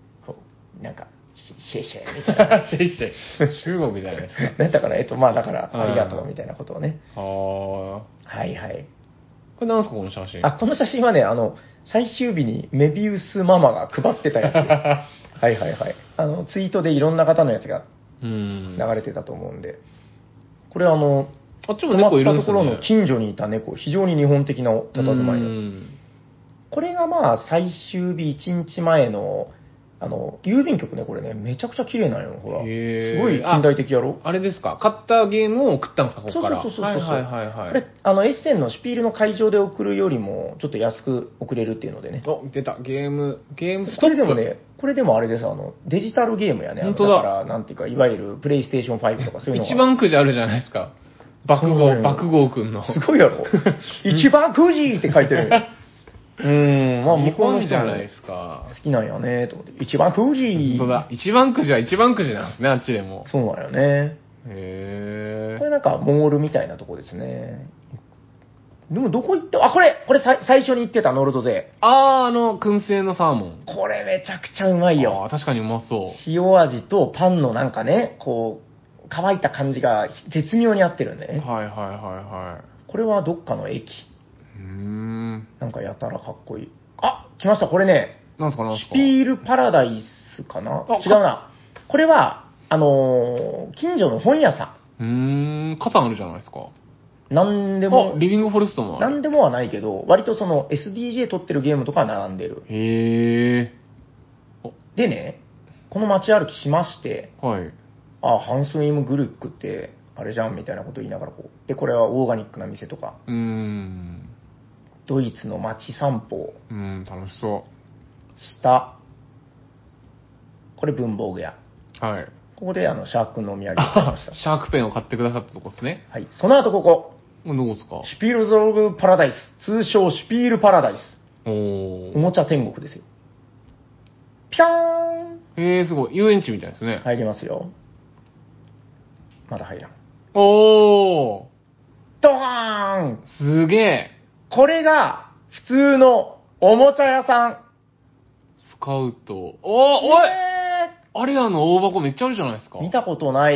シェイシェイみたいな。 シェイシェイ。中国じゃないですか。 なんだから、だから、ありがとうみたいなことをね。はいはい。 これなんですか、この写真。 この写真はね、最終日にメビウスママが配ってたやつです。はいはいはい。ツイートでいろんな方のやつが流れてたと思うんで。これあっちも猫いるんですね。 泊まったところの近所にいた猫、非常に日本的な佇まいの。これが最終日1日前の、郵便局ね、これね、めちゃくちゃ綺麗なんよ、ほら。すごい近代的やろ。 あれですか、買ったゲームを送ったんですか、ここから。 そう。 はいはい。 これ、エッセンのシュピールの会場で送るよりも、ちょっと安く送れるっていうのでね。 出た、ゲームストップ。 これでもね、これでもあれです、デジタルゲームやね。 本当だ。 だから、なんていうか、いわゆるプレイステーション5とかそういうのが。 一番くじあるじゃないですか。爆豪くんの。 すごいやろ。一番くじって書いてる。向こうの人じゃないですか。 好きなんやねと思って。一番くじ。 本当だ。一番くじは一番くじなんですね、あっちでも。 そうなんよね。 へー。 これモールみたいなとこですね。でもどこ行って、これ最初に言ってたノルド勢。 燻製のサーモン。 これめちゃくちゃうまいよ。 確かにうまそう。 塩味とパンの乾いた感じが絶妙に合ってるんでね。 はい。 これはどっかの駅。 なんかやたらかっこいい。来ました、これね。 なんすかシュピールパラダイスかな？違うな。これは、近所の本屋さん。傘あるじゃないですか。 なんでも。 リビングフォレストもある。 なんでもはないけど、割とSDJ 撮ってるゲームとかは並んでる。 へー。 でね、この街歩きしまして、 はい。 ハンスウィムグルックって、あれじゃんみたいなこと言いながらで、これはオーガニックな店とか。ドイツの街散歩。 楽しそう。 下。これ文房具屋。 はい。 ここでシャークのお土産を買いました。 シャークペンを買ってくださったとこですね。 はい。その後ここ。 どこですか？ シュピールゾーグパラダイス。通称シュピールパラダイス。 おもちゃ天国ですよ。ぴゃーん。 すごい。遊園地みたいですね。 入りますよ。まだ入らん。 ドーンすげえ。 これが、普通のおもちゃ屋さん。 スカウト。おいアリアの大箱めっちゃあるじゃないですか。 見たことない、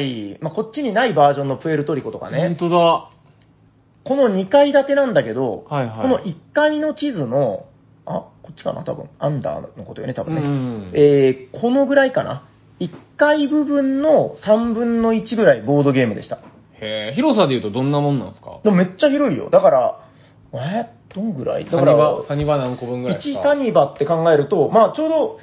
こっちにないバージョンのプエルトリコとかね。 本当だ。 この2階建てなんだけど、 はいはい、 この1階の地図の、こっちかな多分。アンダーのことよね、多分ね。 このぐらいかな。1階部分の3分の1ぐらいボードゲームでした。 へえ、広さで言うとどんなもんなんですか？ でもめっちゃ広いよ。だから、どんぐらいだからサニバ何個分ぐらいですか？ 1サニバって考えると、ちょうど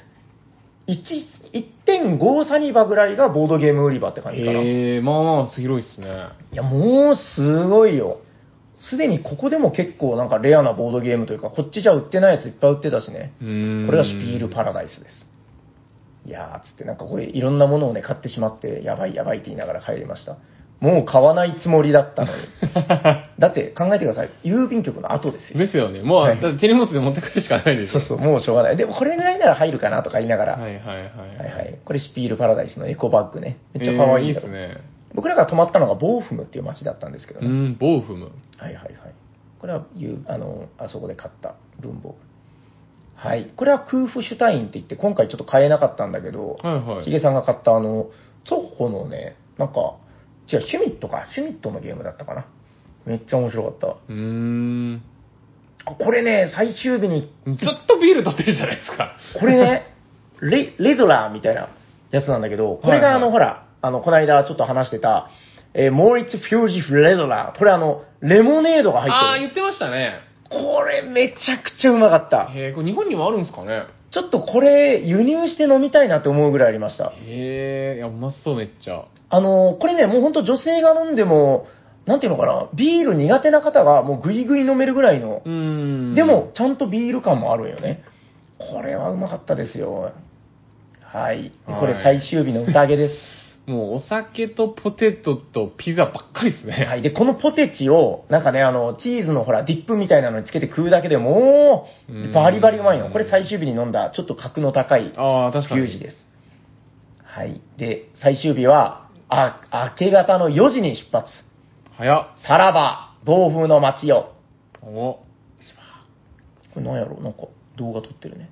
1.5 サニバぐらいがボードゲーム売り場って感じかな。 広いっすね。 いや、もうすごいよ。すでにここでも結構レアなボードゲームというか、こっちじゃ売ってないやついっぱい売ってたしね。これがシュピールパラダイスです。いやー、つってこれいろんなものをね、買ってしまって、やばいって言いながら帰りました。もう買わないつもりだったのに。だって考えてください。郵便局の後ですよ。 ですよね。もう、だって手荷物で持ってくるしかないでしょ。 そう、もうしょうがない。でもこれぐらいなら入るかなとか言いながら。 はい。 これシュピールパラダイスのエコバッグね。めっちゃ可愛いんだろ。 いいですね。 僕らが泊まったのがボーフムっていう街だったんですけどね。 ボーフム。 はい。これはあそこで買った文房具。はい。これはクーフシュタインって言って、今回ちょっと買えなかったんだけど、ヒゲさんが買ったツォッホのね、シュミットのゲームだったかな。めっちゃ面白かった。これね、最終日に。 ずっとビール取ってるじゃないですか。 これね、レドラーみたいなやつなんだけど、これがほら、この間ちょっと話してた、モーリッツ・フュージフ・レドラー。これレモネードが入ってる。 言ってましたね。 これめちゃくちゃうまかった。 これ日本にもあるんですかね？ ちょっとこれ、輸入して飲みたいなって思うぐらいありました。 へえ、いや、うまそう、めっちゃ。 これね、もうほんと女性が飲んでも、なんていうのかな、ビール苦手な方がもうグイグイ飲めるぐらいの、でも、ちゃんとビール感もあるよね。これはうまかったですよ。はい。これ最終日の宴です。 もうお酒とポテトとピザばっかりですね。 はい。で、このポテチを、なんかね、チーズのほら、ディップみたいなのにつけて食うだけでもう、バリバリうまいの。これ最終日に飲んだ、ちょっと格の高い、 確かに。 牛耳です。はい。で、最終日は、明け方の4時に出発。 早っ。 さらば、暴風の街よ。 お。 これなんやろ、なんか動画撮ってるね。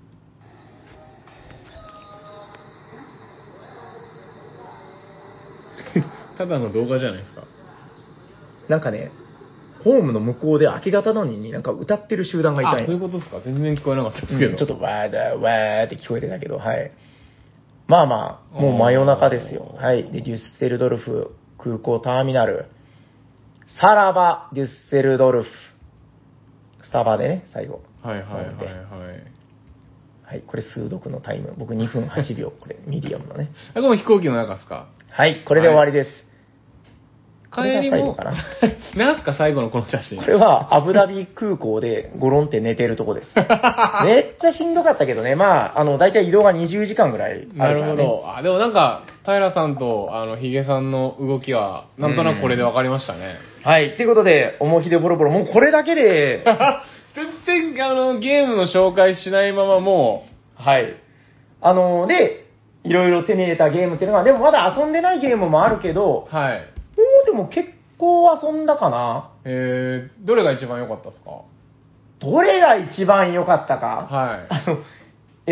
ただの動画じゃないですか。 なんかね、ホームの向こうで明け方なのになんか歌ってる集団がいたんや。 そういうことですか。全然聞こえなかったですけど。 ちょっとわーだ、わーって聞こえてたけど、はい。まあまあ、もう真夜中ですよ。はい。で、デュッセルドルフ空港ターミナル。さらば、デュッセルドルフ。スタバでね、最後。 はいはいはいはい。 はい、これ数読のタイム。僕2分8秒。これ、ミディアムのね。 これも飛行機の中ですか？ はい、これで終わりです。 帰りも、なんすか最後のこの写真。 これはアブダビ空港でゴロンって寝てるとこです。めっちゃしんどかったけどね、まあ、だいたい移動が20時間ぐらいあるから、ね。 なるほど。でもなんか、平さんと、ヒゲさんの動きは、なんとなくこれで分かりましたね。 はい。ということで、おもひでボロボロ、もうこれだけで、 全然、ゲームの紹介しないままもう、はい。で、いろいろ手に入れたゲームっていうのは、でもまだ遊んでないゲームもあるけど、 はい。 でも結構遊んだかな。 どれが一番良かったですか？ どれが一番良かったか？ はい。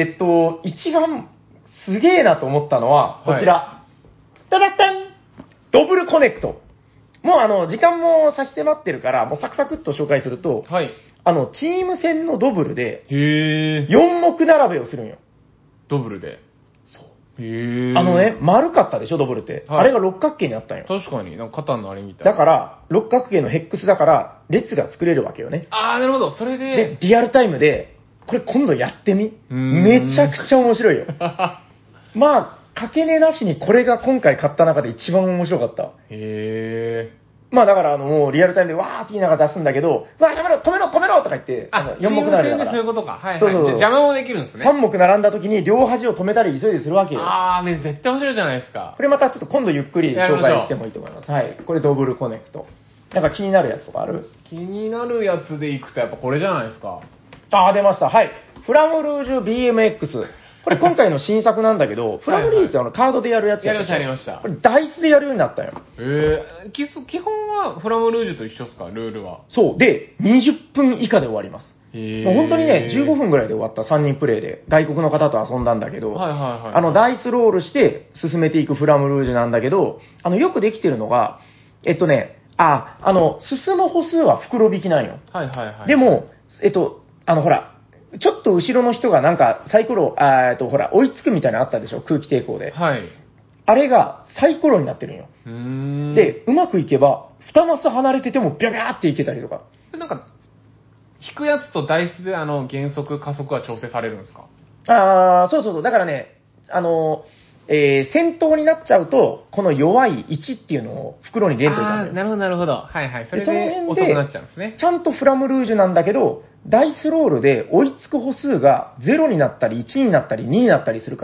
一番すげえなと思ったのは、こちら。ダダッタンドブルコネクト。もう時間も差し迫ってるから、もうサクサクっと紹介すると、 はい。 チーム戦のドブルで、 4 目並べをするんよ。 ドブルで。 そう。 ね、 丸かったでしょ、ドブルって。はい、あれが六角形にあったんよ。 確かに、なんか肩のあれみたい。 だから、六角形のヘックスだから、列が作れるわけよね。 なるほど。それで。 で、リアルタイムで、これ今度やってみ。めちゃくちゃ面白いよ。まあ、かけねなしにこれが今回買った中で一番面白かった。まあだからもうリアルタイムでわーって言いながら出すんだけど、やめろ、止めろとか言って、4目並べだから。 そういうことか。はい、はい。 そう邪魔もできるんですね。 3目並んだ時に両端を止めたり急いでするわけよ。 ね、絶対面白いじゃないですか。 これまたちょっと今度ゆっくり紹介してもいいと思います。はい。これドブルコネクト。なんか気になるやつとかある？ 気になるやつでいくとやっぱこれじゃないですか。 出ました。はい。フラムルージュ BMX。これ今回の新作なんだけど、フラムルージュってカードでやるやつやりました。 これダイスでやるようになったよ。 基本はフラムルージュと一緒ですか、ルールは。 そう。で、20分以下で終わります。もう本当にね、15分ぐらいで終わった3人プレイで、外国の方と遊んだんだけど、ダイスロールして進めていくフラムルージュなんだけど、よくできてるのが、進む歩数は袋引きなんよ。でも、ほら、ちょっと後ろの人がなんかサイコロ、ほら、追いつくみたいなのあったでしょ、空気抵抗で。 はい。 あれがサイコロになってるんよ。で、うまくいけば、2マス離れててもビャビャーっていけたりとか。 なんか、引くやつとダイスで減速、加速は調整されるんですか？ そう。だからね、戦闘になっちゃうと、この弱い1っていうのを袋に入れんといたんだよ。 なるほど。はい。それで遅くなっちゃうんですね。 ちゃんとフラムルージュなんだけど、ダイスロールで追いつく歩数が0になったり、1になったり、2になったりするから、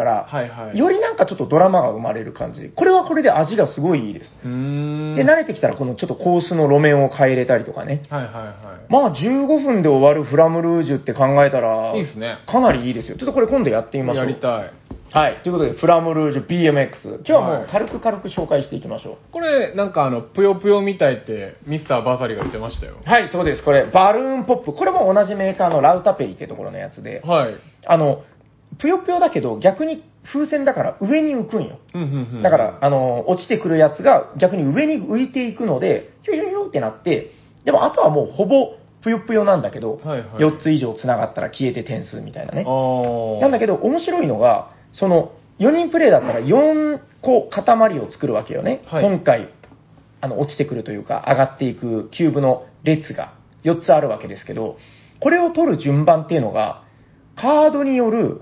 よりなんかちょっとドラマが生まれる感じ。これはこれで味がすごいいいです。で、慣れてきたらこのちょっとコースの路面を変えれたりとかね。まあ15分で終わるフラムルージュって考えたら、 いいですね。 かなりいいですよ。ちょっとこれ今度やってみましょう。 やりたい。 はい。ということで、フラムルージュ BMX。今日はもう軽く紹介していきましょう。 これ、なんかぷよぷよみたいってミスターバザリが言ってましたよ。 はい、そうです。これ、バルーンポップ。これも同じメーカーのラウタペイってところのやつで、 はい。 ぷよぷよだけど逆に風船だから上に浮くんよ。だから、落ちてくるやつが逆に上に浮いていくので、ヒュヒュヒュってなって、でもあとはもうほぼぷよぷよなんだけど、4つ以上繋がったら消えて点数みたいなね。なんだけど、面白いのが、その、4人プレイだったら4個塊を作るわけよね。今回、落ちてくるというか、上がっていくキューブの列が4つあるわけですけど、これを取る順番っていうのが、カードによる、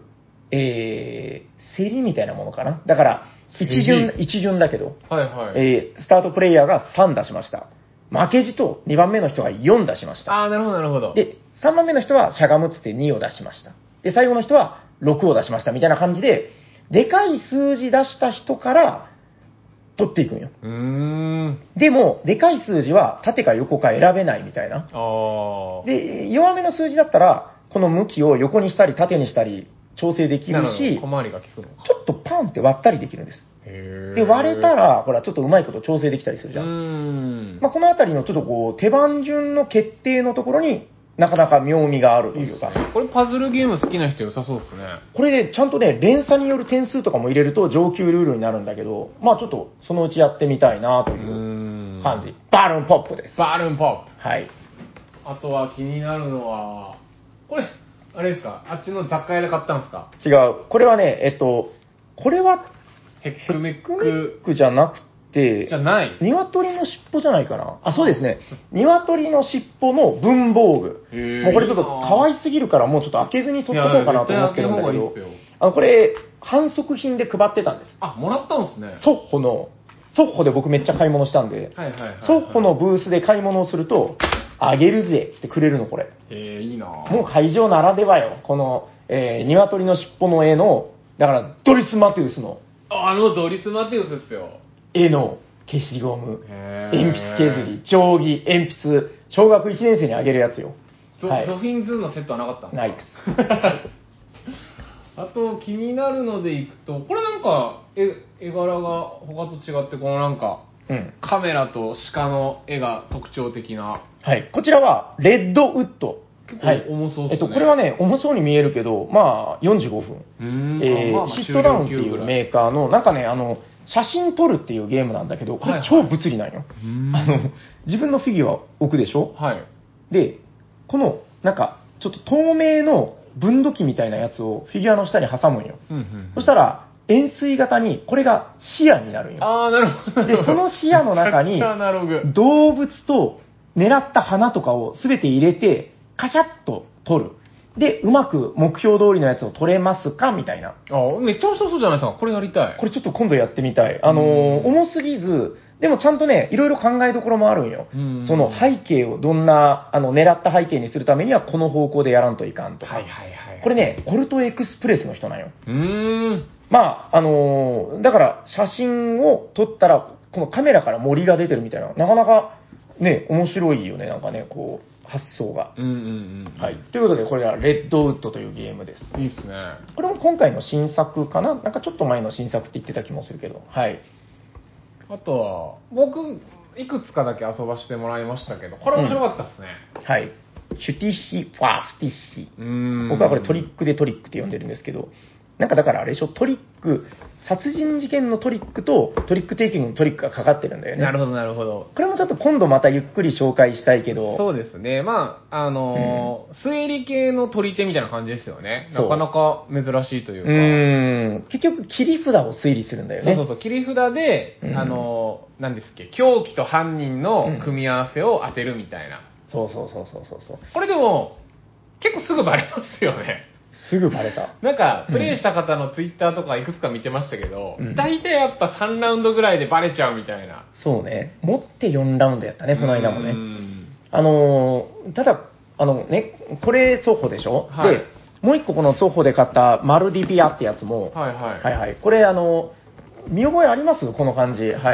競りみたいなものかな。だから、一巡だけど、 はいはい。 スタートプレイヤーが3出しました。負けじと2番目の人が4出しました。 ああ、なるほどなるほど。 で、3番目の人はしゃがむっつって2を出しました。で、最後の人は6を出しましたみたいな感じで、でかい数字出した人から取っていくんよ。でも、でかい数字は縦か横か選べないみたいな。で、弱めの数字だったら、この向きを横にしたり縦にしたり調整できるし、 小回りが効くのか。 ちょっとパンって割ったりできるんです。で、割れたら、ほら、ちょっとうまいこと調整できたりするじゃん。まあ、このあたりのちょっとこう、手番順の決定のところになかなか妙味があるというか。 これパズルゲーム好きな人良さそうですね。 これでちゃんとね、連鎖による点数とかも入れると上級ルールになるんだけど、まあちょっとそのうちやってみたいなという感じ。バルーンポップです。 バルーンポップ。 はい。 あとは気になるのは、これ、あれですか、あっちの雑貨屋で買ったんですか？ 違う。これはね、これは、 ヘックメックじゃなくて、 じゃない。 鶏の尻尾じゃないかな。あ、そうですね。鶏の尻尾の文房具。もうこれちょっと可愛すぎるからもうちょっと開けずに取っとこうかなと思ってるんだけど、これ、反則品で配ってたんです。 あ、もらったんですね。 ソッホで僕めっちゃ買い物したんで、ソッホのブースで買い物をすると、あげるぜってくれるの、これ。 いいなもう会場ならではよ。この、鶏の尻尾の絵の、だからドリス・マテウスの、 ドリス・マテウスですよ。 絵の消しゴム、鉛筆削り、定規、鉛筆、小学1年生にあげるやつよ。 ゾフィンズーのセットはなかったの？ ないです。 あと気になるのでいくと、これなんか絵柄が他と違って、このなんか、カメラと鹿の絵が特徴的な。 はい。こちらはレッドウッド。 結構重そうですね。 これはね、重そうに見えるけど、まあ45分。シットダウンっていうメーカーの、なんかね、写真撮るっていうゲームなんだけど、これ超物理なんよ。自分のフィギュア置くでしょ？ はい。 で、この、なんか、ちょっと透明の分度器みたいなやつをフィギュアの下に挟むんよ。そしたら、円錐型に、これが視野になるんよ。 ああ、なるほど。 で、その視野の中に、動物と狙った花とかを全て入れて、カシャッと撮る。で、うまく目標通りのやつを撮れますかみたいな。 めっちゃ面白そうじゃないですか。これやりたい。 これちょっと今度やってみたい。重すぎず、でもちゃんとね、いろいろ考えどころもあるんよ。その背景をどんな、狙った背景にするためにはこの方向でやらんといかんとか。これね、コルトエクスプレスの人なんよ。まあ、だから写真を撮ったら、このカメラから森が出てるみたいな、なかなかね、面白いよね、なんかね、こう。発想が。はい。ということで、これはレッドウッドというゲームです。 いいっすね。 これも今回の新作かな？なんかちょっと前の新作って言ってた気もするけど。はい。 あとは、僕、いくつかだけ遊ばしてもらいましたけど、これ面白かったですね。 はい。シュティヒ・ファースティッシ。僕はこれトリックでトリックって呼んでるんですけど、なんかだからあれでしょ、トリック、殺人事件のトリックとトリックテイキングのトリックがかかってるんだよね。 なるほど、なるほど。 これもちょっと今度またゆっくり紹介したいけど。 そうですね。まあ、推理系の取り手みたいな感じですよね。なかなか珍しいというか。 結局、切り札を推理するんだよね。 そう、切り札で、何ですっけ、凶器と犯人の組み合わせを当てるみたいな。 そう。 これでも、結構すぐバレますよね。 すぐバレた。 なんか、プレイした方のツイッターとかいくつか見てましたけど、大体やっぱ3ラウンドぐらいでバレちゃうみたいな。 そうね。持って4ラウンドやったね、この間もね。ただ、これ、ソホでしょ？はい、で、もう一個このソホで買ったマルディビアってやつも、はい。これ、見覚えあります？この感じ。はい。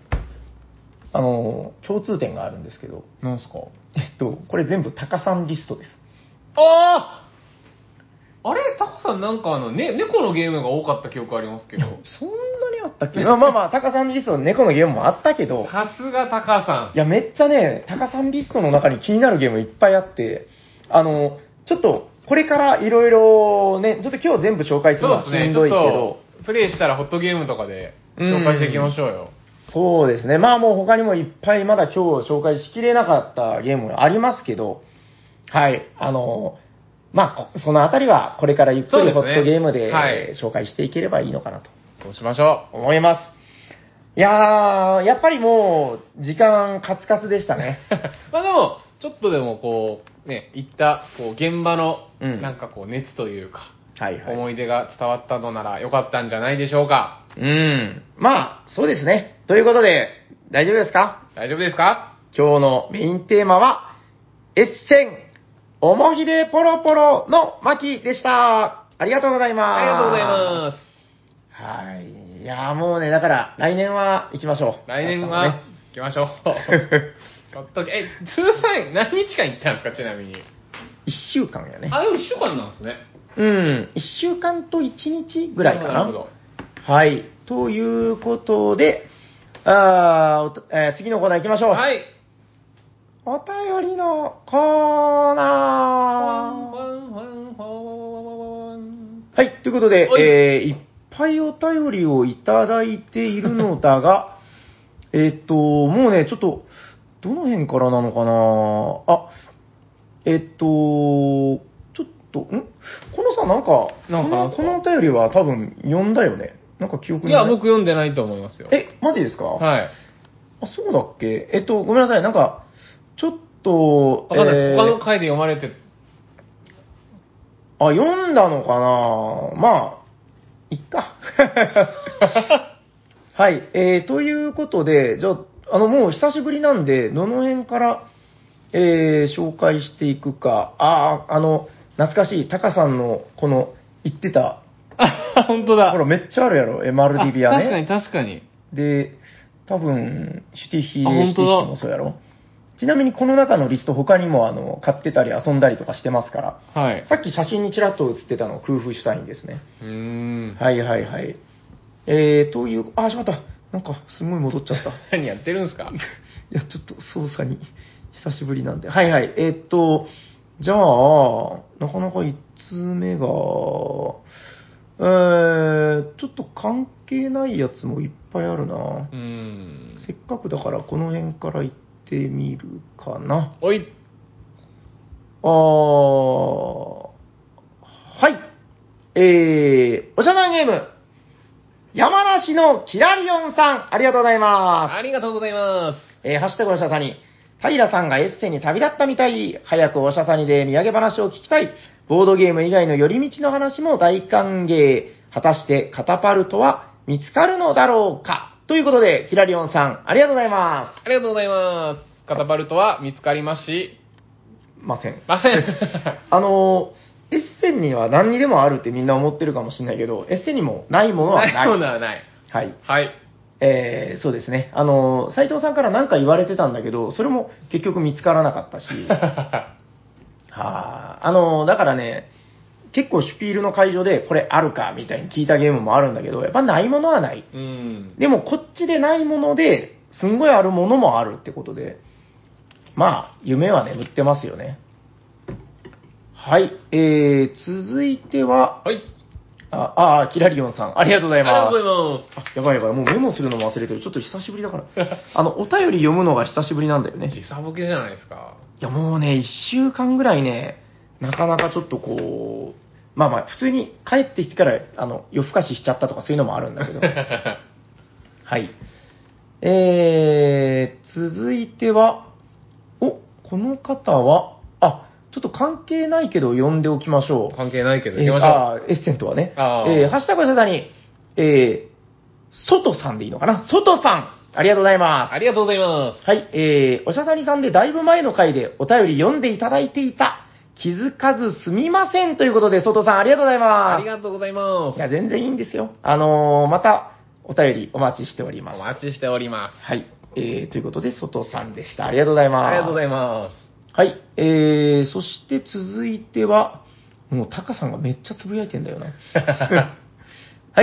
共通点があるんですけど。 なんすか？ これ全部タカさんリストです。 あれタカさんなんか猫のゲームが多かった記憶ありますけど。そんなにあったっけ？まあ、タカさんリストの猫のゲームもあったけど。 さすがタカさん。 いや、めっちゃね、タカさんリストの中に気になるゲームいっぱいあって、ちょっと、これからいろいろね、ちょっと今日全部紹介するのはしんどいけど。 プレイしたらホットゲームとかで紹介していきましょうよ。 そうですね。まあもう他にもいっぱいまだ今日紹介しきれなかったゲームありますけど、はい。まあ、そのあたりはこれからゆっくりホットゲームで、紹介していければいいのかなと。 そうしましょう。 思います。いやー、やっぱりもう、時間カツカツでしたね。 まあでも、ちょっとでもこう、ね、いった、こう、現場の、なんかこう、熱というか、 はいはい。 思い出が伝わったのならよかったんじゃないでしょうか。 まあ、そうですね。ということで、大丈夫ですか？ 大丈夫ですか？ 今日のメインテーマは、エッセン、おもひでポロポロの巻でした。ありがとうございます。 ありがとうございます。 はい。いやーもうね、だから来年は行きましょう。 来年は行きましょう。ちょっと、通算何日間行ったんですか、ちなみに。 1週間やね。 あ、でも1週間なんですね。 1週間と1日ぐらいかな。 なるほど。 はい。ということで、次のコーナー行きましょう。 はい。 お便りのコーナー。はい。ということで、いっぱいお便りをいただいているのだが、もうね、ちょっと、どの辺からなのかなちょっと、このさ、なんかこのお便りは多分読んだよね。なんか記憶にない。 いや、僕読んでないと思いますよ。 マジですか？ はい。 あ、そうだっけ？ごめんなさい。なんか、ちょっと、 わかんない。他の回で読まれて。 あ、読んだのかな？まあ、いっか。はい。ということで、じゃあ、もう久しぶりなんで、どの辺から、紹介していくか。懐かしい、タカさんの、この、言ってた。 あ、本当だ。 ほら、めっちゃあるやろ、MRDB はね。 確かに確かに。 で、多分、シティヒあ、 ー本当だ。 もそうやろ。ちなみにこの中のリスト他にも買ってたり遊んだりとかしてますから。 はい。 さっき写真にちらっと写ってたのクーフシュタインですね。はいはいはい。という、あ、しまった。なんかすごい戻っちゃった。 何やってるんですか？ いや、ちょっと操作に久しぶりなんで。はいはい。じゃあ、なかなか1通目が、ちょっと関係ないやつもいっぱいあるな。せっかくだからこの辺から行ってみるかな。 おい。 はい。おしゃなゲーム。山梨のキラリオンさん、ありがとうございます。 ありがとうございます。 ハッシュタグおしゃさに。平さんがエッセンに旅立ったみたい。早くおしゃさにで土産話を聞きたい。ボードゲーム以外の寄り道の話も大歓迎。果たしてカタパルトは見つかるのだろうか。ということで、キラリオンさん、ありがとうございます。 ありがとうございます。カタパルトは見つかりません。 エッセンには何にでもあるってみんな思ってるかもしれないけど、エッセンにもないものはない。 ないものはない。 はい。 はい。 そうですね。斉藤さんから何か言われてたんだけど、それも結局見つからなかったし。だからね、結構シュピールの会場でこれあるかみたいに聞いたゲームもあるんだけど、やっぱないものはない。でもこっちでないもので、すんごいあるものもあるってことで、まあ、夢は眠ってますよね。はい。続いては、 はい。 キラリオンさん、ありがとうございます。 ありがとうございます。 やばいやばい、もうメモするのも忘れてる。ちょっと久しぶりだから。お便り読むのが久しぶりなんだよね。 時差ボケじゃないですか。 いや、もうね、1週間ぐらいね、なかなかちょっとこう、まあまあ、普通に帰ってきてから、夜更かししちゃったとかそういうのもあるんだけど。はい。続いては、この方は、ちょっと関係ないけど読んでおきましょう。 関係ないけど読みましょう。 エッセントはね。 ハッシュタグおしゃさに、ソトさんでいいのかな？ソトさん、ありがとうございます。 ありがとうございます。 はい、おしゃさにさんでだいぶ前の回でお便り読んでいただいていた。気づかずすみませんということで、ソトさんありがとうございます。 ありがとうございます。 いや、全然いいんですよ。またお便りお待ちしております。 お待ちしております。 はい。ということで、ソトさんでした。ありがとうございます。 ありがとうございます。 はい。そして続いては、もうタカさんがめっちゃつぶやいてんだよな。はい。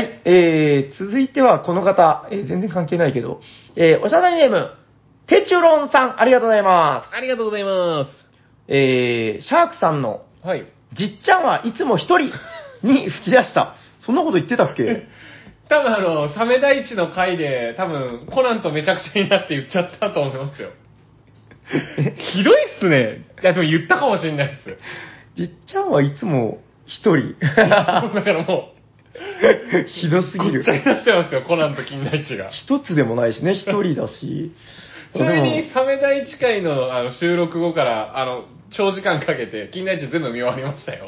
続いてはこの方、全然関係ないけど、おしゃさにネーム、テチュロンさん、ありがとうございます。 ありがとうございます。 シャークさんの、 はい。 じっちゃんはいつも一人に吹き出した。そんなこと言ってたっけ？ 多分サメ大地の回で、多分コナンとめちゃくちゃになって言っちゃったと思いますよ。ひどいっすね。いや、でも言ったかもしれないです。 じっちゃんはいつも一人。 だからもう、 ひどすぎる。 ごっちゃになってますよ、コナンと金田一が。 一つでもないしね、一人だし。 ちなみに、サメ大地会の収録後から、長時間かけて、金田一全部見終わりましたよ。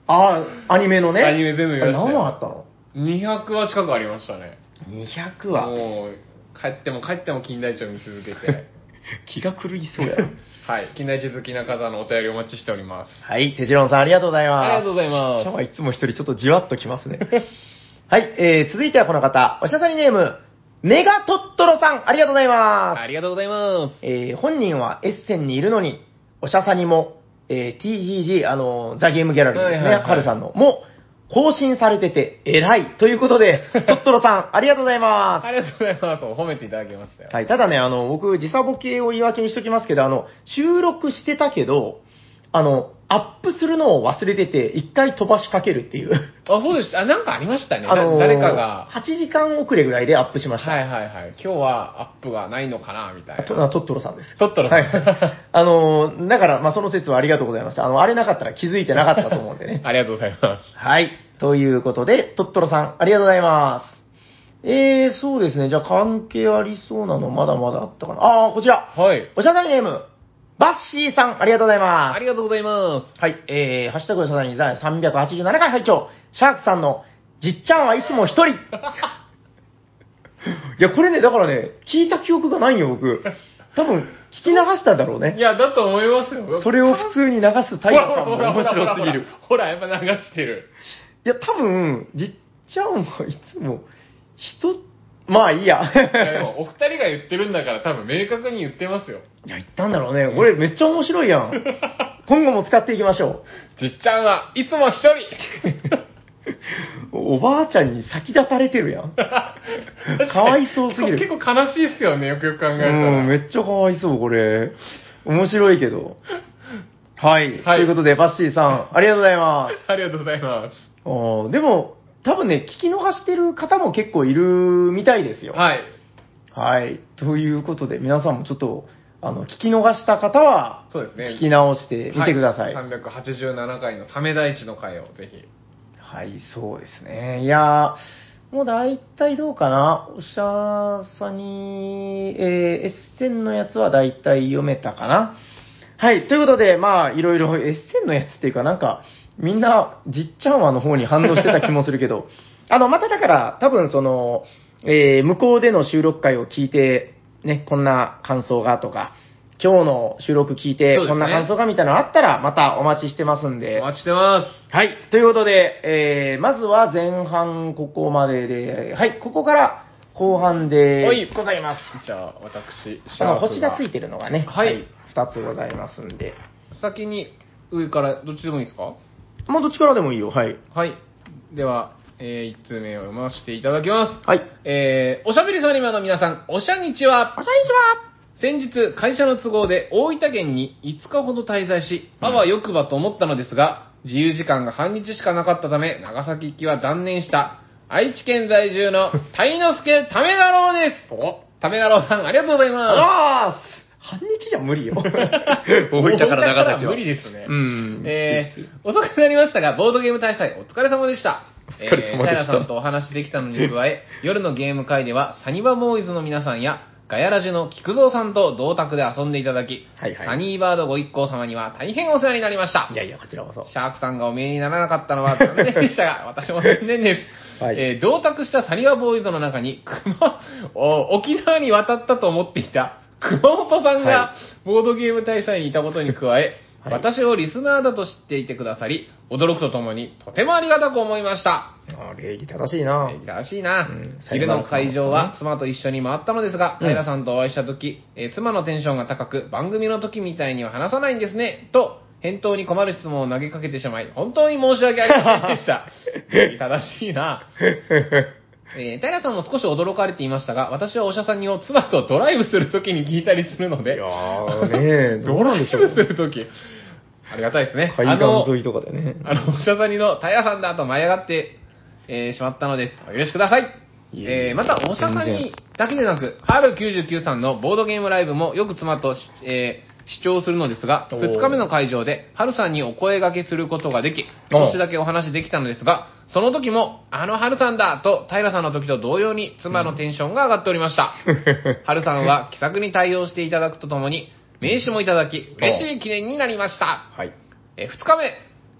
ああ、アニメのね。 アニメ全部見ましたよ。 何話あったの？ 200話近くありましたね。 200話。 もう、帰っても金田一を見続けて。 気が狂いそうやな。 はい。金田一好きな方のお便りお待ちしております。 はい、てじろんさんありがとうございます。 ありがとうございますちゃんはいつも一人ちょっとじわっときますね。はい、続いてはこの方、おしゃさりネーム、メガトットロさん、ありがとうございます。 ありがとうございます。 本人はエッセンにいるのに、おしゃさにも、TGG、ザ・ゲームギャラリーですね、 はいはいはいはるさんの、も更新されてて偉いということで、トットロさん、ありがとうございます。 ありがとうございます。褒めていただきましたよ。 はい、ただね、僕、時差ボケを言い訳にしときますけど、収録してたけど、アップするのを忘れてて、一回飛ばしかけるっていう。 あ、そうでした。あ、なんかありましたね。誰かが。 8時間遅れぐらいでアップしました。 はいはいはい。今日はアップがないのかな、みたいな。 トットロさんです。 トットロさん。 はい。だから、まあ、その説はありがとうございました。あれなかったら気づいてなかったと思うんでね。 ありがとうございます。 はい。ということで、トットロさん、ありがとうございます。そうですね。じゃあ、関係ありそうなの、まだまだあったかな。こちら。 はい。 おしゃさりネーム、バッシーさん、ありがとうございます。 ありがとうございます。 はい。ハッシュタグおしゃさりに387回拝聴シャークさんの、じっちゃんはいつも一人。いや、これね、だからね、聞いた記憶がないよ、僕。多分、聞き流したんだろうね。 いや、だと思いますよ。 それを普通に流すタイガーさんも面白すぎる。 ほら、やっぱ流してる。 いや、多分、じっちゃんはいつも、まあいいや。 いや、でも、お二人が言ってるんだから、多分明確に言ってますよ。 いや、言ったんだろうね。これめっちゃ面白いやん。今後も使っていきましょう。じっちゃんはいつも一人。 おばあちゃんに先立たれてるやん。かわいそうすぎる。 結構悲しいっすよね、よくよく考えたら。 めっちゃかわいそう、これ。面白いけど。はい。ということで、バッシーさん、ありがとうございます。 ありがとうございます。 でも、多分ね、聞き逃してる方も結構いるみたいですよ。 はい。 はい。ということで、皆さんもちょっと、聞き逃した方は、 そうですね。 聞き直してみてください。 はい、387回のため大地の回をぜひ。 はい、そうですね。いやー、もう大体どうかな。おしゃさに、エッセンのやつは大体読めたかな。はい、ということで、まあ、いろいろエッセンのやつっていうかなんか、みんな、じっちゃんはの方に反応してた気もするけど、まただから、多分その、向こうでの収録回を聞いて、ね、こんな感想がとか、今日の収録聞いて、こんな感想がみたいなのあったら、またお待ちしてますんで。 お待ちしてます。 はい。ということで、まずは前半ここまでで、はい、ここから後半でございます。 じゃあ、私、 星がついてるのがね、 はい。 2つございますんで。 先に上からどっちでもいいですか？ まあ、どっちからでもいいよ。はい。 はい。では、1通目を読ませていただきます。 はい。 おしゃべりサニバの皆さん、おしゃにちは。 おしゃにちは。 先日、会社の都合で大分県に5日ほど滞在し、あわよくばと思ったのですが、自由時間が半日しかなかったため、長崎行きは断念した、愛知県在住の鯛之助ためだろうです。ためだろうさん、ありがとうございます。 半日じゃ無理よ。大分から長崎は。 無理ですね。遅くなりましたが、ボードゲーム大祭お疲れ様でした。 お疲れ様でした。 平さんとお話できたのに加え、夜のゲーム会では、サニバボーイズの皆さんや、ガヤラジの菊蔵さんと同卓で遊んでいただき、サニーバードご一行様には大変お世話になりました。 いやいや、こちらこそ。 シャークさんがお見えにならなかったのは残念でしたが、私も残念です。同卓したサニバボーイズの中に、沖縄に渡ったと思っていた、熊本さんがボードゲーム大祭にいたことに加え、私をリスナーだと知っていてくださり、驚くとともにとてもありがたく思いました。 礼儀正しいな。 礼儀正しいな。昼の会場は妻と一緒に回ったのですが、平さんとお会いしたとき、妻のテンションが高く、番組の時みたいには話さないんですね、と、返答に困る質問を投げかけてしまい、本当に申し訳ありませんでした。礼儀正しいな。平さんも少し驚かれていましたが、私はおしゃさんにを妻とドライブするときに聞いたりするので、 いやーね、どうなんでしょう。 ドライブするとき、ありがたいですね。 海岸沿いとかでね。 おしゃさんにの平さんだと舞い上がって、しまったのです。お許しください。また、おしゃさんにだけでなく、春99さんのボードゲームライブもよく妻と、視聴するのですが、2日目の会場で、春さんにお声掛けすることができ、少しだけお話できたのですが、その時も、春さんだと、平さんの時と同様に、妻のテンションが上がっておりました。春さんは気さくに対応していただくとともに、名刺もいただき、嬉しい記念になりました。 はい。 2日目、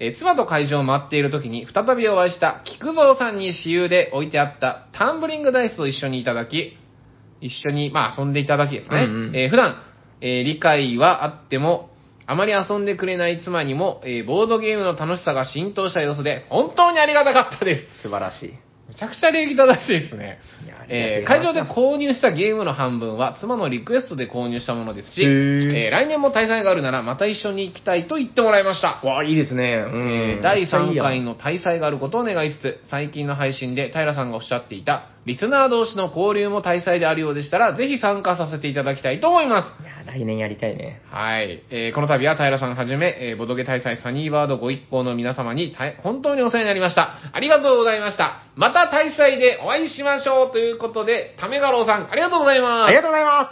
妻と会場を回っている時に再びお会いした菊蔵さんに私有で置いてあったタンブリングダイスを一緒にいただき、一緒に、遊んでいただきですね。普段、理解はあっても、あまり遊んでくれない妻にも、ボードゲームの楽しさが浸透した様子で、本当にありがたかったです。 素晴らしい。 めちゃくちゃ礼儀正しいですね。 いやありが会場とうございますで購入したゲームの半分は妻のリクエストで購入したものですし、 へー来年も大祭があるならまた一緒に行きたいと言ってもらいました。 わあ、いいですね。 第3回の大祭があることを願いつつ、最近の配信で平さんがおっしゃっていた、リスナー同士の交流も大祭であるようでしたら、ぜひ参加させていただきたいと思います。 いや、来年やりたいね。 はい。この度は平さんはじめ、ボドゲ大祭サニーバードご一行の皆様に本当にお世話になりました。ありがとうございました。また大祭でお会いしましょうということで、ためがろうさん、ありがとうございます。 ありがとうございます。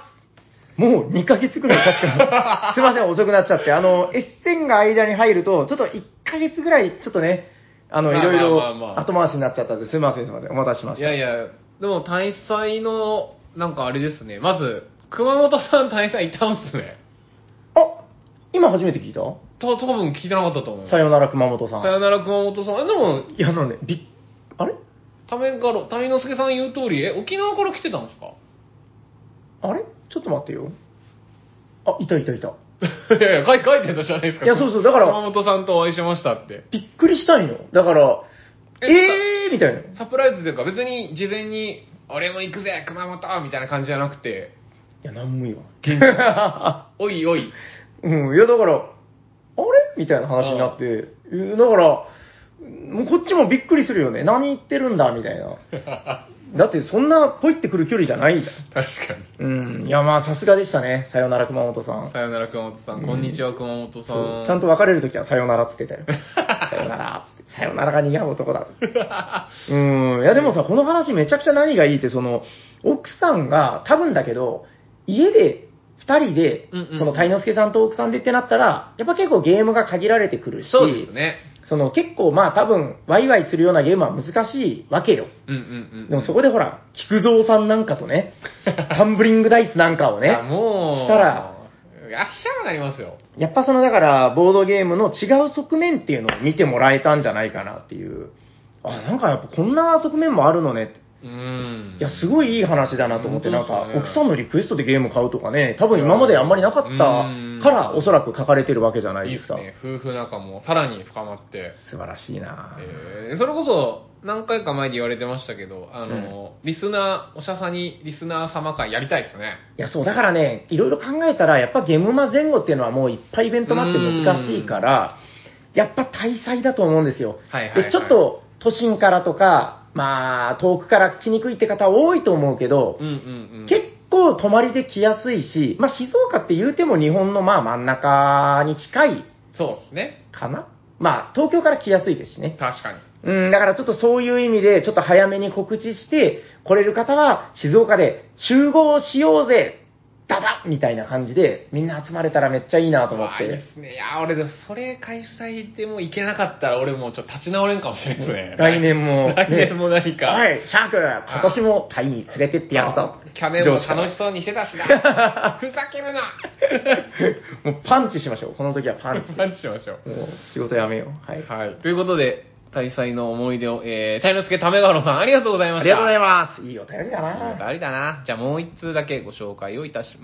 もう2ヶ月くらい経ちかすいません、遅くなっちゃって。エッセンが間に入ると、ちょっと1ヶ月ぐらい、ちょっとね、いろいろ後回しになっちゃったんで、すいません、お待たせしました。 いや、でも大祭の、なんかあれですね、まず、熊本さん大祭いたんすね。 あ、今初めて聞いた多分聞いてなかったと思います。 さよなら熊本さん。 さよなら熊本さん。でも、 いや、なんで、あれ谷之助さん言う通り、沖縄から来てたんですか？ あれちょっと待ってよ。あ、いた。 いや、書いてたじゃないですか。 いや、そう、だから、 熊本さんとお会いしましたって。 びっくりしたんよ。だから、みたいな。 サプライズというか、別に事前に、俺も行くぜ、熊本みたいな感じじゃなくて。 いや、なんもいいわ。 おいおい。 いや、だから、あれみたいな話になって、だから、もうこっちもびっくりするよね。何言ってるんだみたいな。だってそんなポイってくる距離じゃないじゃん。 確かに。 いや、さすがでしたね。さよなら熊本さん。 さよなら熊本さん。こんにちは熊本さん。 ちゃんと別れるときはさよならっつってたよ。さよならっつって。さよならが似合う男だ。いや、でもさ、この話めちゃくちゃ何がいいって、奥さんが、多分だけど、家で、二人で、その、鯛之助さんと奥さんでってなったら、やっぱ結構ゲームが限られてくるし、 そうですね。 結構多分、ワイワイするようなゲームは難しいわけよ。でもそこでほら、菊蔵さんなんかとね、タンブリングダイスなんかをね、 もう、 したら、 ひゃーなりますよ。 やっぱだから、ボードゲームの違う側面っていうのを見てもらえたんじゃないかなっていう。なんかやっぱこんな側面もあるのねって。いや、すごいいい話だなと思って、なんか、奥さんのリクエストでゲーム買うとかね、多分今まであんまりなかったから、おそらく書かれてるわけじゃないですか。 いいですね。夫婦仲もさらに深まって。 素晴らしいなそれこそ、何回か前に言われてましたけど、リスナー、おしゃさにリスナー様会やりたいですね。 いや、そう、だからね、いろいろ考えたら、やっぱゲームマ前後っていうのはもういっぱいイベントもあって難しいから、やっぱ大祭だと思うんですよ。で、ちょっと、都心からとか、遠くから来にくいって方多いと思うけど、結構泊まりで来やすいし、静岡って言うても日本の真ん中に近い。 そうですね。 かな？東京から来やすいですしね。 確かに。 だからちょっとそういう意味で、ちょっと早めに告知して、来れる方は静岡で集合しようぜダダッみたいな感じで、みんな集まれたらめっちゃいいなと思って。 いいですね。いや、俺でもそれ開催でも行けなかったら、俺もちょっと立ち直れんかもしれないですね。 来年も。 来年も何か。 はい、シャーク、今年もタイに連れてってやるぞ。 去年も楽しそうにしてたしな。ふざけるな。 もうパンチしましょう。この時はパンチ。 パンチしましょう。 もう仕事やめよう。 はい。ということで、大祭の思い出を、鯛之助ためがろさん、ありがとうございました。 ありがとうございます。いいお便りだな。 いいお便りだな。じゃあもう一通だけご紹介をいたし、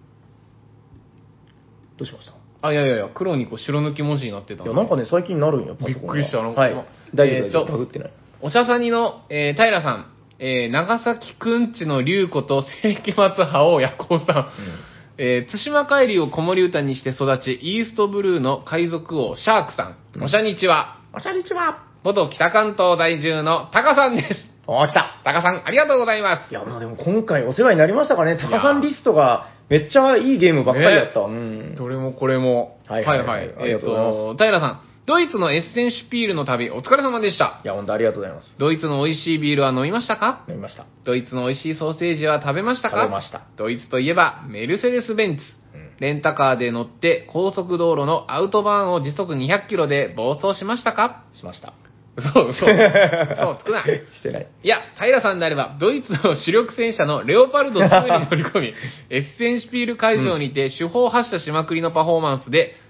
どうしました？ いや、黒に白抜き文字になってた。 いや、なんかね、最近なるんよ、パソコンが。 びっくりした。 はい。大丈夫、バグってない。 おしゃさにの、平さん、長崎くんちの龍子と世紀末覇王夜行さん、対馬帰りを子守歌にして育ち、イーストブルーの海賊王シャークさん、おしゃにちは。 おしゃにちは。 元北関東在住のタカさんです。 来た。 タカさん、ありがとうございます。 いや、でも今回お世話になりましたかね。タカさんリストがめっちゃいいゲームばっかりだった。 どれもこれも。はい。平さん、ドイツのエッセンシュピールの旅、お疲れ様でした。 いや、ほんとありがとうございます。 ドイツの美味しいビールは飲みましたか？ 飲みました。 ドイツの美味しいソーセージは食べましたか？ 食べました。 ドイツといえば、メルセデス・ベンツ。レンタカーで乗って高速道路のアウトバーンを時速200キロで暴走しましたか？ しました。 そう、つくな。 してない。 いや、平さんであれば、ドイツの主力戦車のレオパルト2に乗り込み、エッセンシュピール会場にて手法発射しまくりのパフォーマンスで、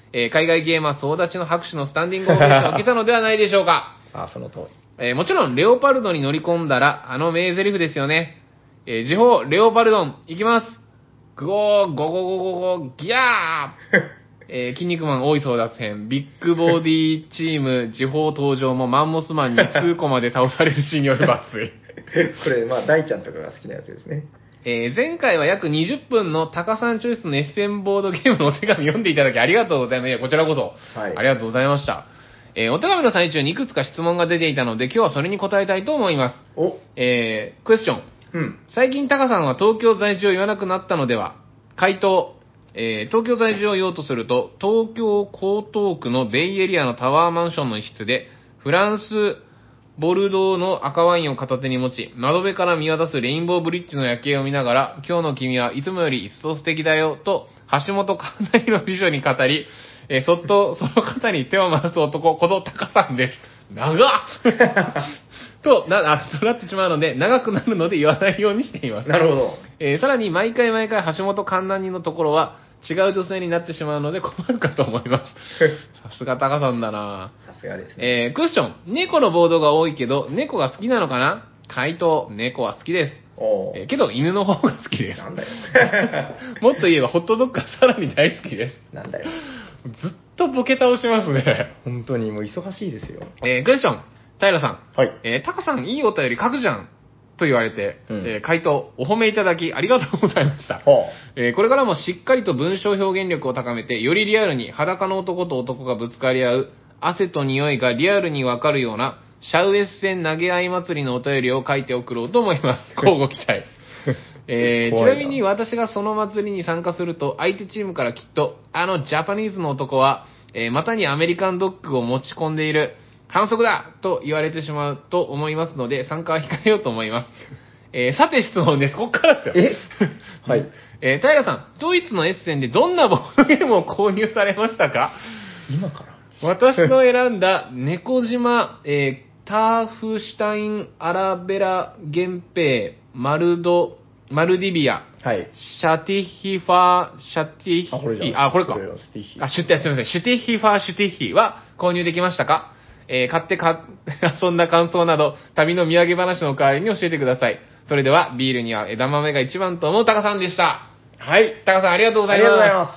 海外ゲーマー総立ちの拍手のスタンディングオベーションを受けたのではないでしょうか。 その通もちろん、レオパルドに乗り込んだら、名台詞ですよね。時報、レオパルドン、いきます。グゴー、ゴゴゴゴゴ、ギャー筋肉マン大い争奪戦、ビッグボディチーム、時報登場もマンモスマンに数個まで倒されるシーンによる抜粋。 これ、大ちゃんとかが好きなやつですね。 前回は約20分のタカさんチョイスのエッセンボードゲームのお手紙読んでいただきありがとうございます。こちらこそ、はい、ありがとうございました。お手紙の最中にいくつか質問が出ていたので、今日はそれに答えたいと思います。クエスチョン。最近タカさんは東京在住を言わなくなったのでは？回答。東京在住を言おうとすると、東京江東区のベイエリアのタワーマンションの一室で、フランス、ボルドーの赤ワインを片手に持ち、窓辺から見渡すレインボーブリッジの夜景を見ながら、今日の君はいつもより一層素敵だよ、と、橋本環奈の美女に語り、そっとその方に手を回す男、このタカさんです。長っとなってしまうので、長くなるので言わないようにしています。 なるほど。 さらに毎回橋本環奈にのところは違う女性になってしまうので困るかと思います。さすがタカさんだな。 さすがですね。 クッション。猫のボードが多いけど、猫が好きなのかな？回答。猫は好きです。けど犬の方が好きです。 なんだよ。 もっと言えばホットドッグがさらに大好きです。 なんだよ。 ずっとボケ倒しますね。 本当にもう忙しいですよ。 クッション。平さん。 はい。 タカさんいいお便り書くじゃん。と言われて、回答、お褒めいただきありがとうございました。これからもしっかりと文章表現力を高めて、よりリアルに裸の男と男がぶつかり合う、汗と匂いがリアルにわかるような、シャウエッセン投げ合い祭りのお便りを書いて送ろうと思います。交互期待。ちなみに私がその祭りに参加すると、相手チームからきっと、ジャパニーズの男は、股にアメリカンドッグを持ち込んでいる、反則だと言われてしまうと思いますので、参加は控えようと思います。さて質問です。ここからですよ。 はい。 平さん、ドイツのエッセンでどんなボードゲームを購入されましたか？ 今から私の選んだ、猫島、ターフシュタイン、アラベラ、源平、マルディビア、 はい、 シャティヒファー、シャティヒ、これか。すみません。シュティヒファー、シュティヒは購入できましたか？買って遊んだ感想など、旅の土産話の代わりに教えてください。それでは、ビールには枝豆が一番と思うタカさんでした。 はい。 タカさんありがとうございます。 ありがとうございます。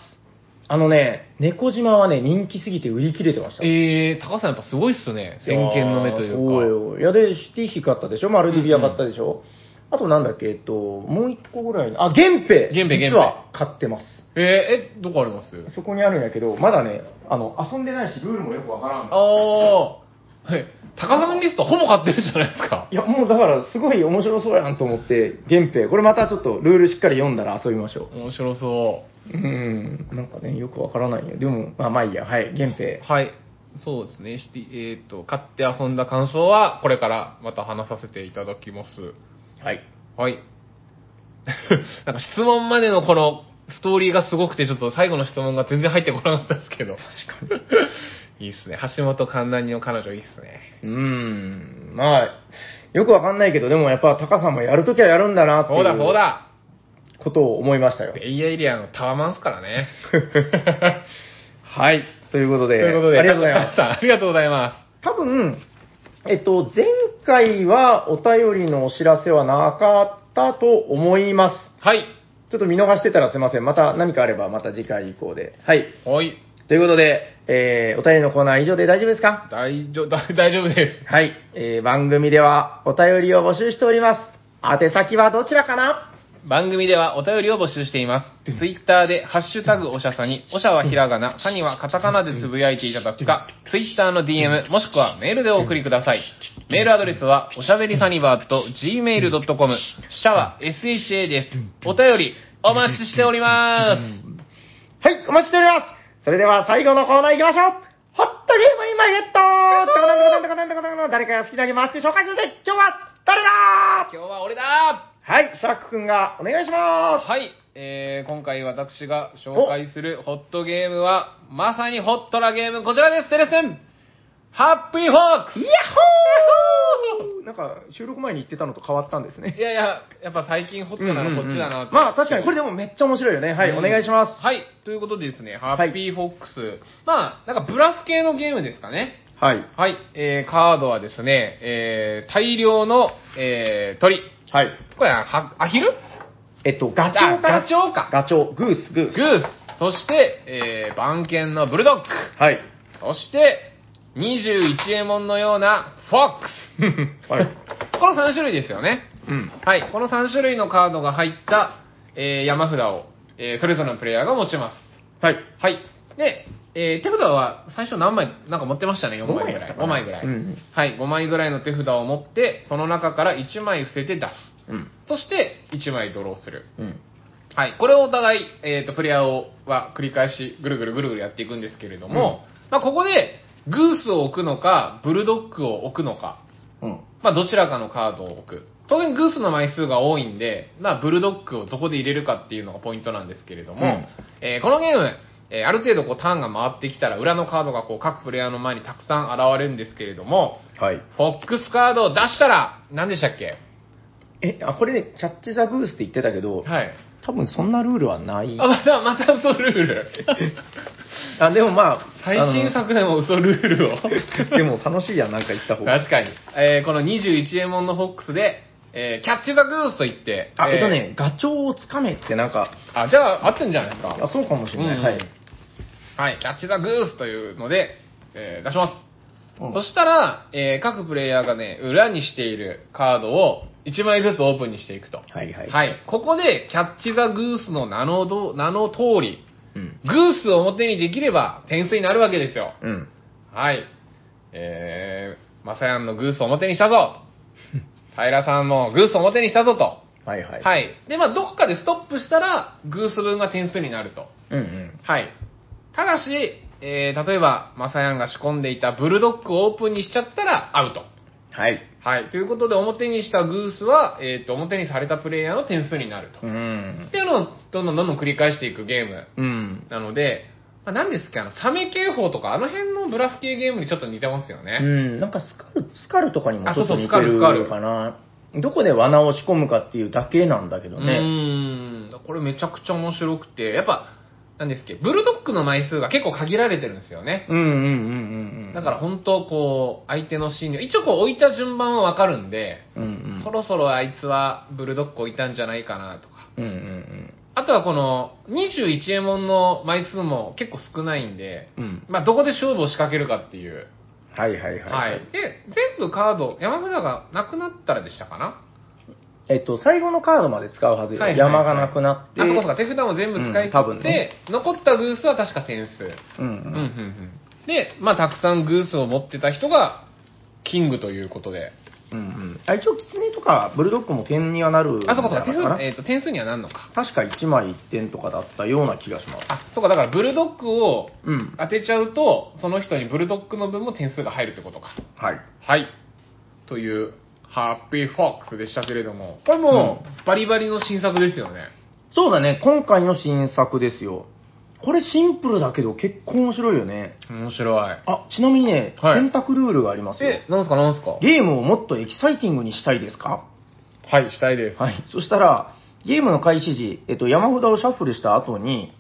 猫島はね、人気すぎて売り切れてました。 タカさんやっぱすごいっすね。先見の目というか。 そうよ。いや、で、シティヒ買ったでしょ？マルディビア買ったでしょ？あとなんだっけ、もう一個ぐらい。源平。実は買ってます。 どこあります？ そこにあるんやけど、まだね、遊んでないし、ルールもよくわからん。 はい。タカさんリストほぼ買ってるじゃないですか。 いや、もうだからすごい面白そうやんと思って、源平。これまたちょっとルールしっかり読んだら遊びましょう。 面白そう。 なんかね、よくわからないよ。でも、まあいいや。はい、源平。 はい。そうですね。買って遊んだ感想は、これからまた話させていただきます。 はい。 はい。なんか質問までのこのストーリーがすごくて、ちょっと最後の質問が全然入ってこなかったですけど。 確かに。 いいっすね。橋本環奈の彼女いいっすね。 まあ、よくわかんないけど、でもやっぱタカさんもやるときはやるんだなっていう。 そうだ。 ことを思いましたよ。 ベイエリアのタワマンっすからね。 はい。ということで、 ありがとうございます。ありがとうございます。 多分、前回はお便りのお知らせはなかったと思います。 はい。 ちょっと見逃してたらすいません。また何かあればまた次回以降で。はい。 はい。 ということで、お便りのコーナー以上で大丈夫ですか？ 大丈夫です。 はい。番組ではお便りを募集しております。宛先はどちらかな？ 番組ではお便りを募集しています。ツイッターでハッシュタグおしゃさに、おしゃはひらがな、さにはカタカナでつぶやいていただくか、ツイッターの DM、もしくはメールでお送りください。メールアドレスは、おしゃべりサニバーと gmail.com、シャは SHA です。お便り、お待ちしております。 はい、お待ちしております。それでは最後のコーナー行きましょう。ホットゲーム今ゲット誰かが好きなゲームを熱く紹介するで、今日は誰だ？ 今日は俺だ！ はい、シャークくんがお願いします。 はい、今回私が紹介するホットゲームは、まさにホットなゲーム、こちらです、テレスン！ハッピーフォークス！ ヤッホーなんか収録前に言ってたのと変わったんですねい。やいや、やっぱ最近ホットなのこっちだなって、 まあ確かにこれでもめっちゃ面白いよね。はい、お願いします。 はい。ということでですね、ハッピーフォックス。まあ、なんかブラフ系のゲームですかね。 はい。 はい。カードはですね、大量の、鳥。 はい。 これは、アヒルガチョウか。 ガチョウか。 ガチョウ、グース。 グース。そして、番犬のブルドッグ。 はい。 そして、21エモンのようなフォックス。 はい。 この3種類ですよね。 うん。 はい。この3種類のカードが入った、山札を、それぞれのプレイヤーが持ちます。 はい。 はい。で、手札は最初何枚、なんか持ってましたね、4枚ぐらい。5枚ぐらい。はい。5枚ぐらいの手札を持って、その中から1枚伏せて出す。 うん。 そして、1枚ドローする。 うん。 はい。これをお互い、プレイヤーは繰り返し、ぐるぐるやっていくんですけれども、まあ、ここで、グースを置くのか、ブルドッグを置くのか、まあ、どちらかのカードを置く。当然、グースの枚数が多いんで、まあ、ブルドッグをどこで入れるかっていうのがポイントなんですけれども、このゲーム、ある程度こうターンが回ってきたら、裏のカードがこう各プレイヤーの前にたくさん現れるんですけれども、 はい。 フォックスカードを出したら、何でしたっけ？ これね、キャッチザグースって言ってたけど、 はい。 多分そんなルールはない。 また嘘ルール。 でもまあ、 最新作でも嘘ルールを。 でも楽しいやん、なんか言った方が。 確かに。この21エモンのフォックスで、キャッチザグースと言って、 ガチョウをつかめってなんか、 じゃあ合ってんじゃないですか。 そうかもしれない。 はい。はい、キャッチザグースというので、出します。そしたら、各プレイヤーがね、裏にしているカードを1枚ずつオープンにしていくと。 はいはい。 はい。ここで、キャッチザグースの名の通り、グースを表にできれば点数になるわけですよ。はい。マサヤンのグースを表にしたぞ。平さんもグースを表にしたぞと。 はいはい。 はい。で、まあ、どこかでストップしたら、グース分が点数になると。はい。ただし、例えば、マサヤンが仕込んでいたブルドッグをオープンにしちゃったらアウト。 はい。 はい。ということで、表にしたグースは、表にされたプレイヤーの点数になると。っていうのを、どんどん繰り返していくゲーム。なので、まあ、何ですか、サメ警報とか、あの辺のブラフ系ゲームにちょっと似てますけどね。 なんかスカルとかにもちょっと似てるかな。どこで罠を仕込むかっていうだけなんだけどね。 これめちゃくちゃ面白くて、やっぱ、なんですっけ、ブルドッグの枚数が結構限られてるんですよね。だから本当こう、相手の心理、一応こう置いた順番はわかるんで、そろそろあいつはブルドッグ置いたんじゃないかなとか。あとはこの21エモンの枚数も結構少ないんで、まあどこで勝負を仕掛けるかっていう。はい。で、全部カード、山札がなくなったらでしたかな？ 最後のカードまで使うはずよ。山がなくなって。 そうか、手札も全部使い切って、残ったグースは確か点数。で、まあたくさんグースを持ってた人が、キングということで。 一応、キツネとかブルドッグも点にはなる。 そうか、点数にはなるのか。 確か1枚1点とかだったような気がします。 そうか、だからブルドッグを当てちゃうと、その人にブルドッグの分も点数が入るってことか。はい。という、ハッピーフォックスでしたけれども、これもバリバリの新作ですよね。 そうだね、今回の新作ですよ。これシンプルだけど結構面白いよね。 面白い。 ちなみにね、選択ルールがありますよ。 なんすかゲームをもっとエキサイティングにしたいですか？ はい、したいです。 はい。そしたら、ゲームの開始時、山札をシャッフルした後に、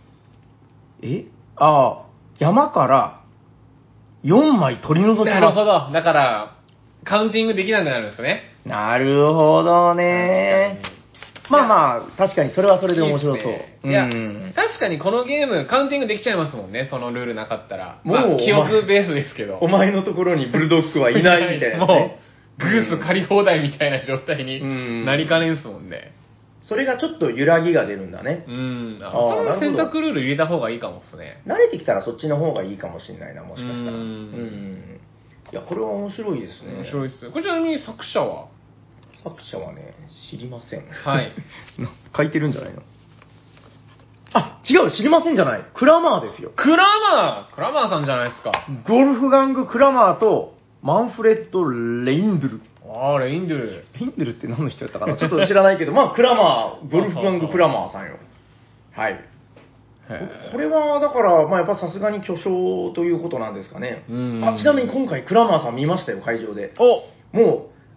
山から4枚取り除きます。 なるほど。だから、カウンティングできなくなるんですね。 なるほどね。まあ、確かにそれはそれで面白そう。 確かにこのゲーム、カウンティングできちゃいますもんね、そのルールなかったら。もう、記憶ベースですけど。 お前のところにブルドッグはいないみたいな、ね。 もう、グース借り放題みたいな状態になりかねんすもんね。 それがちょっと揺らぎが出るんだね。 その選択ルール入れた方がいいかもっすね。 慣れてきたらそっちの方がいいかもしれないな、もしかしたら。いや、これは面白いですね。 面白いですね。これちなみに作者はね、知りません。 はい。 書いてるんじゃないの？違う、知りませんじゃない。クラマーですよ。 クラマーさんじゃないですか。 ゴルフガング・クラマーと、マンフレッド・レインドゥル。 レインドゥル。 レインドゥルって何の人やったかなちょっと知らないけど、クラマー、ゴルフガング・クラマーさんよ。はい。これは、だから、やっぱさすがに巨匠ということなんですかね。ちなみに今回、クラマーさん見ましたよ、会場で。もう、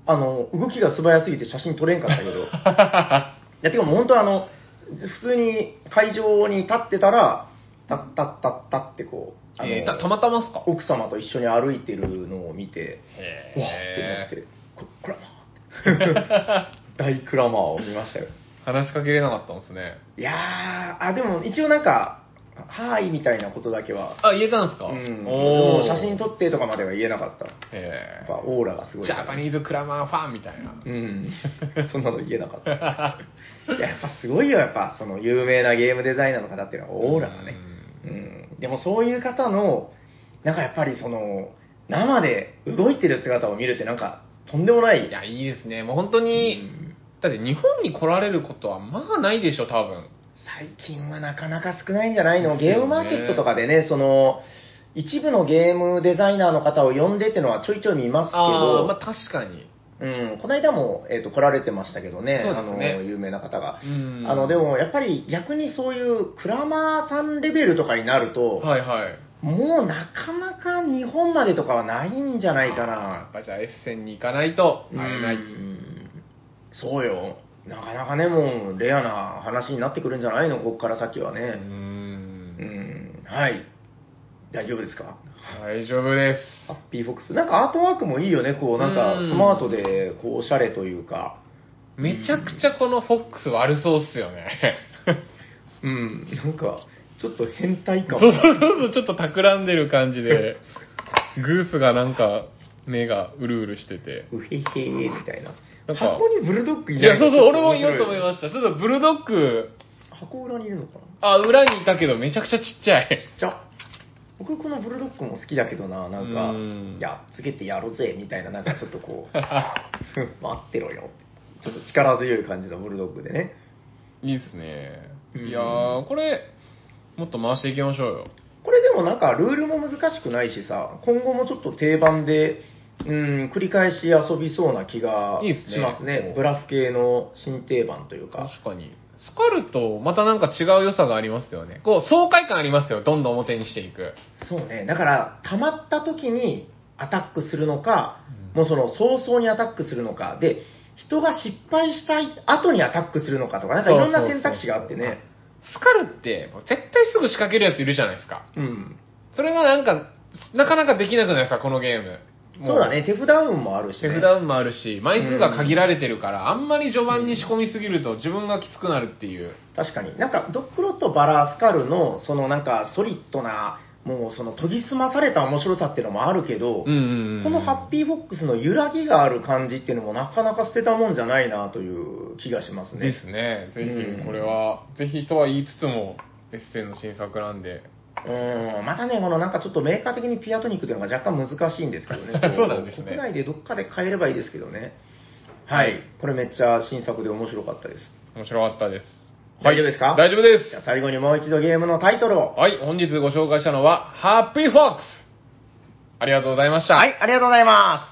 動きが素早すぎて写真撮れんかったけど。いや、てかもう本当普通に会場に立ってたら、タッタッタッタってこう、 たまたまっすか？ 奥様と一緒に歩いてるのを見て、わーってなって、クラマー大クラマーを見ましたよ。 話しかけれなかったんですね。 いやー、でも一応なんか、はーいみたいなことだけは。 言えたんですか？ でも写真撮ってとかまでは言えなかった。やっぱオーラがすごい。 ジャパニーズクラマーファンみたいな。 そんなの言えなかった。いや、やっぱすごいよ、やっぱその有名なゲームデザイナーの方っていうのはオーラがね。でもそういう方の、なんかやっぱりその、生で動いてる姿を見るってなんか、とんでもない。 いや、いいですね。もう本当に、だって日本に来られることはまあないでしょ、多分。 最近はなかなか少ないんじゃないの？ゲームマーケットとかでね、その、一部のゲームデザイナーの方を呼んでってのはちょいちょい見ますけど、 まあ確かに。 この間も、来られてましたけどね、 そうですね有名な方が。でも、やっぱり逆にそういうクラマーさんレベルとかになると、 はいはい。 もうなかなか日本までとかはないんじゃないかな。 やっぱじゃあエッセンに行かないと会えない。 そうよ。なかなかね、もうレアな話になってくるんじゃないの、ここから先はね。はい。大丈夫ですか？ 大丈夫です。 ハッピーフォックス。なんかアートワークもいいよね、こう、なんかスマートで、こう、おしゃれというか。 めちゃくちゃこのフォックス悪そうっすよね。 なんか、ちょっと変態感そう、ちょっと企んでる感じで、グースがなんか、目がうるうるしてて。 うへへーみたいな。 なんか箱にブルドッグいない。 いや、そう、俺も言おうと思いました。ちょっとブルドッグ、 箱裏にいるのか裏にいたけどめちゃくちゃちっちゃい。 ちっちゃ。僕このブルドッグも好きだけどな、なんか、やっつけてやろうぜ、みたいな、なんかちょっとこう、待ってろよ。ちょっと力強い感じのブルドッグでね。 いいっすね。いやー、これ、もっと回していきましょうよ。 これでもなんかルールも難しくないしさ、今後もちょっと定番で、繰り返し遊びそうな気がしますね。ブラフ系の新定番というか。 確かに。スカルとまたなんか違う良さがありますよね。こう、爽快感ありますよ。どんどん表にしていく。 そうね。だから、溜まった時にアタックするのか、もうその早々にアタックするのか、で、人が失敗した後にアタックするのかとか、なんかいろんな選択肢があってね。 スカルって絶対すぐ仕掛けるやついるじゃないですか。それがなんか、なかなかできなくないですか、このゲーム。 そうだね、手札運もあるし、ね。 手札運もあるし、枚数が限られてるから、あんまり序盤に仕込みすぎると自分がきつくなるっていう。 確かに。なんか、ドックロとバラスカルの、そのなんか、ソリッドな、もうその研ぎ澄まされた面白さっていうのもあるけど、このハッピーフォックスの揺らぎがある感じっていうのもなかなか捨てたもんじゃないなという気がしますね。 ですね。ぜひ、これは、ぜひとは言いつつも、エッセンの新作なんで。 またね、このなんかちょっとメーカー的にピアトニックというのが若干難しいんですけどね。 そうなんですね。 国内でどっかで買えればいいですけどね。はい。これめっちゃ新作で面白かったです。 面白かったです。 大丈夫ですか？ 大丈夫です。 じゃあ最後にもう一度ゲームのタイトルを。 はい、本日ご紹介したのは、ハッピーフォックス。ありがとうございました。 はい、ありがとうございます。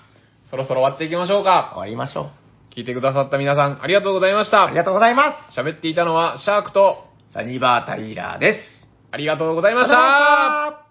そろそろ終わっていきましょうか。 終わりましょう。聞いてくださった皆さん、ありがとうございました。 ありがとうございます。 喋っていたのは、シャークと、 サニバータイラーです。 ありがとうございました。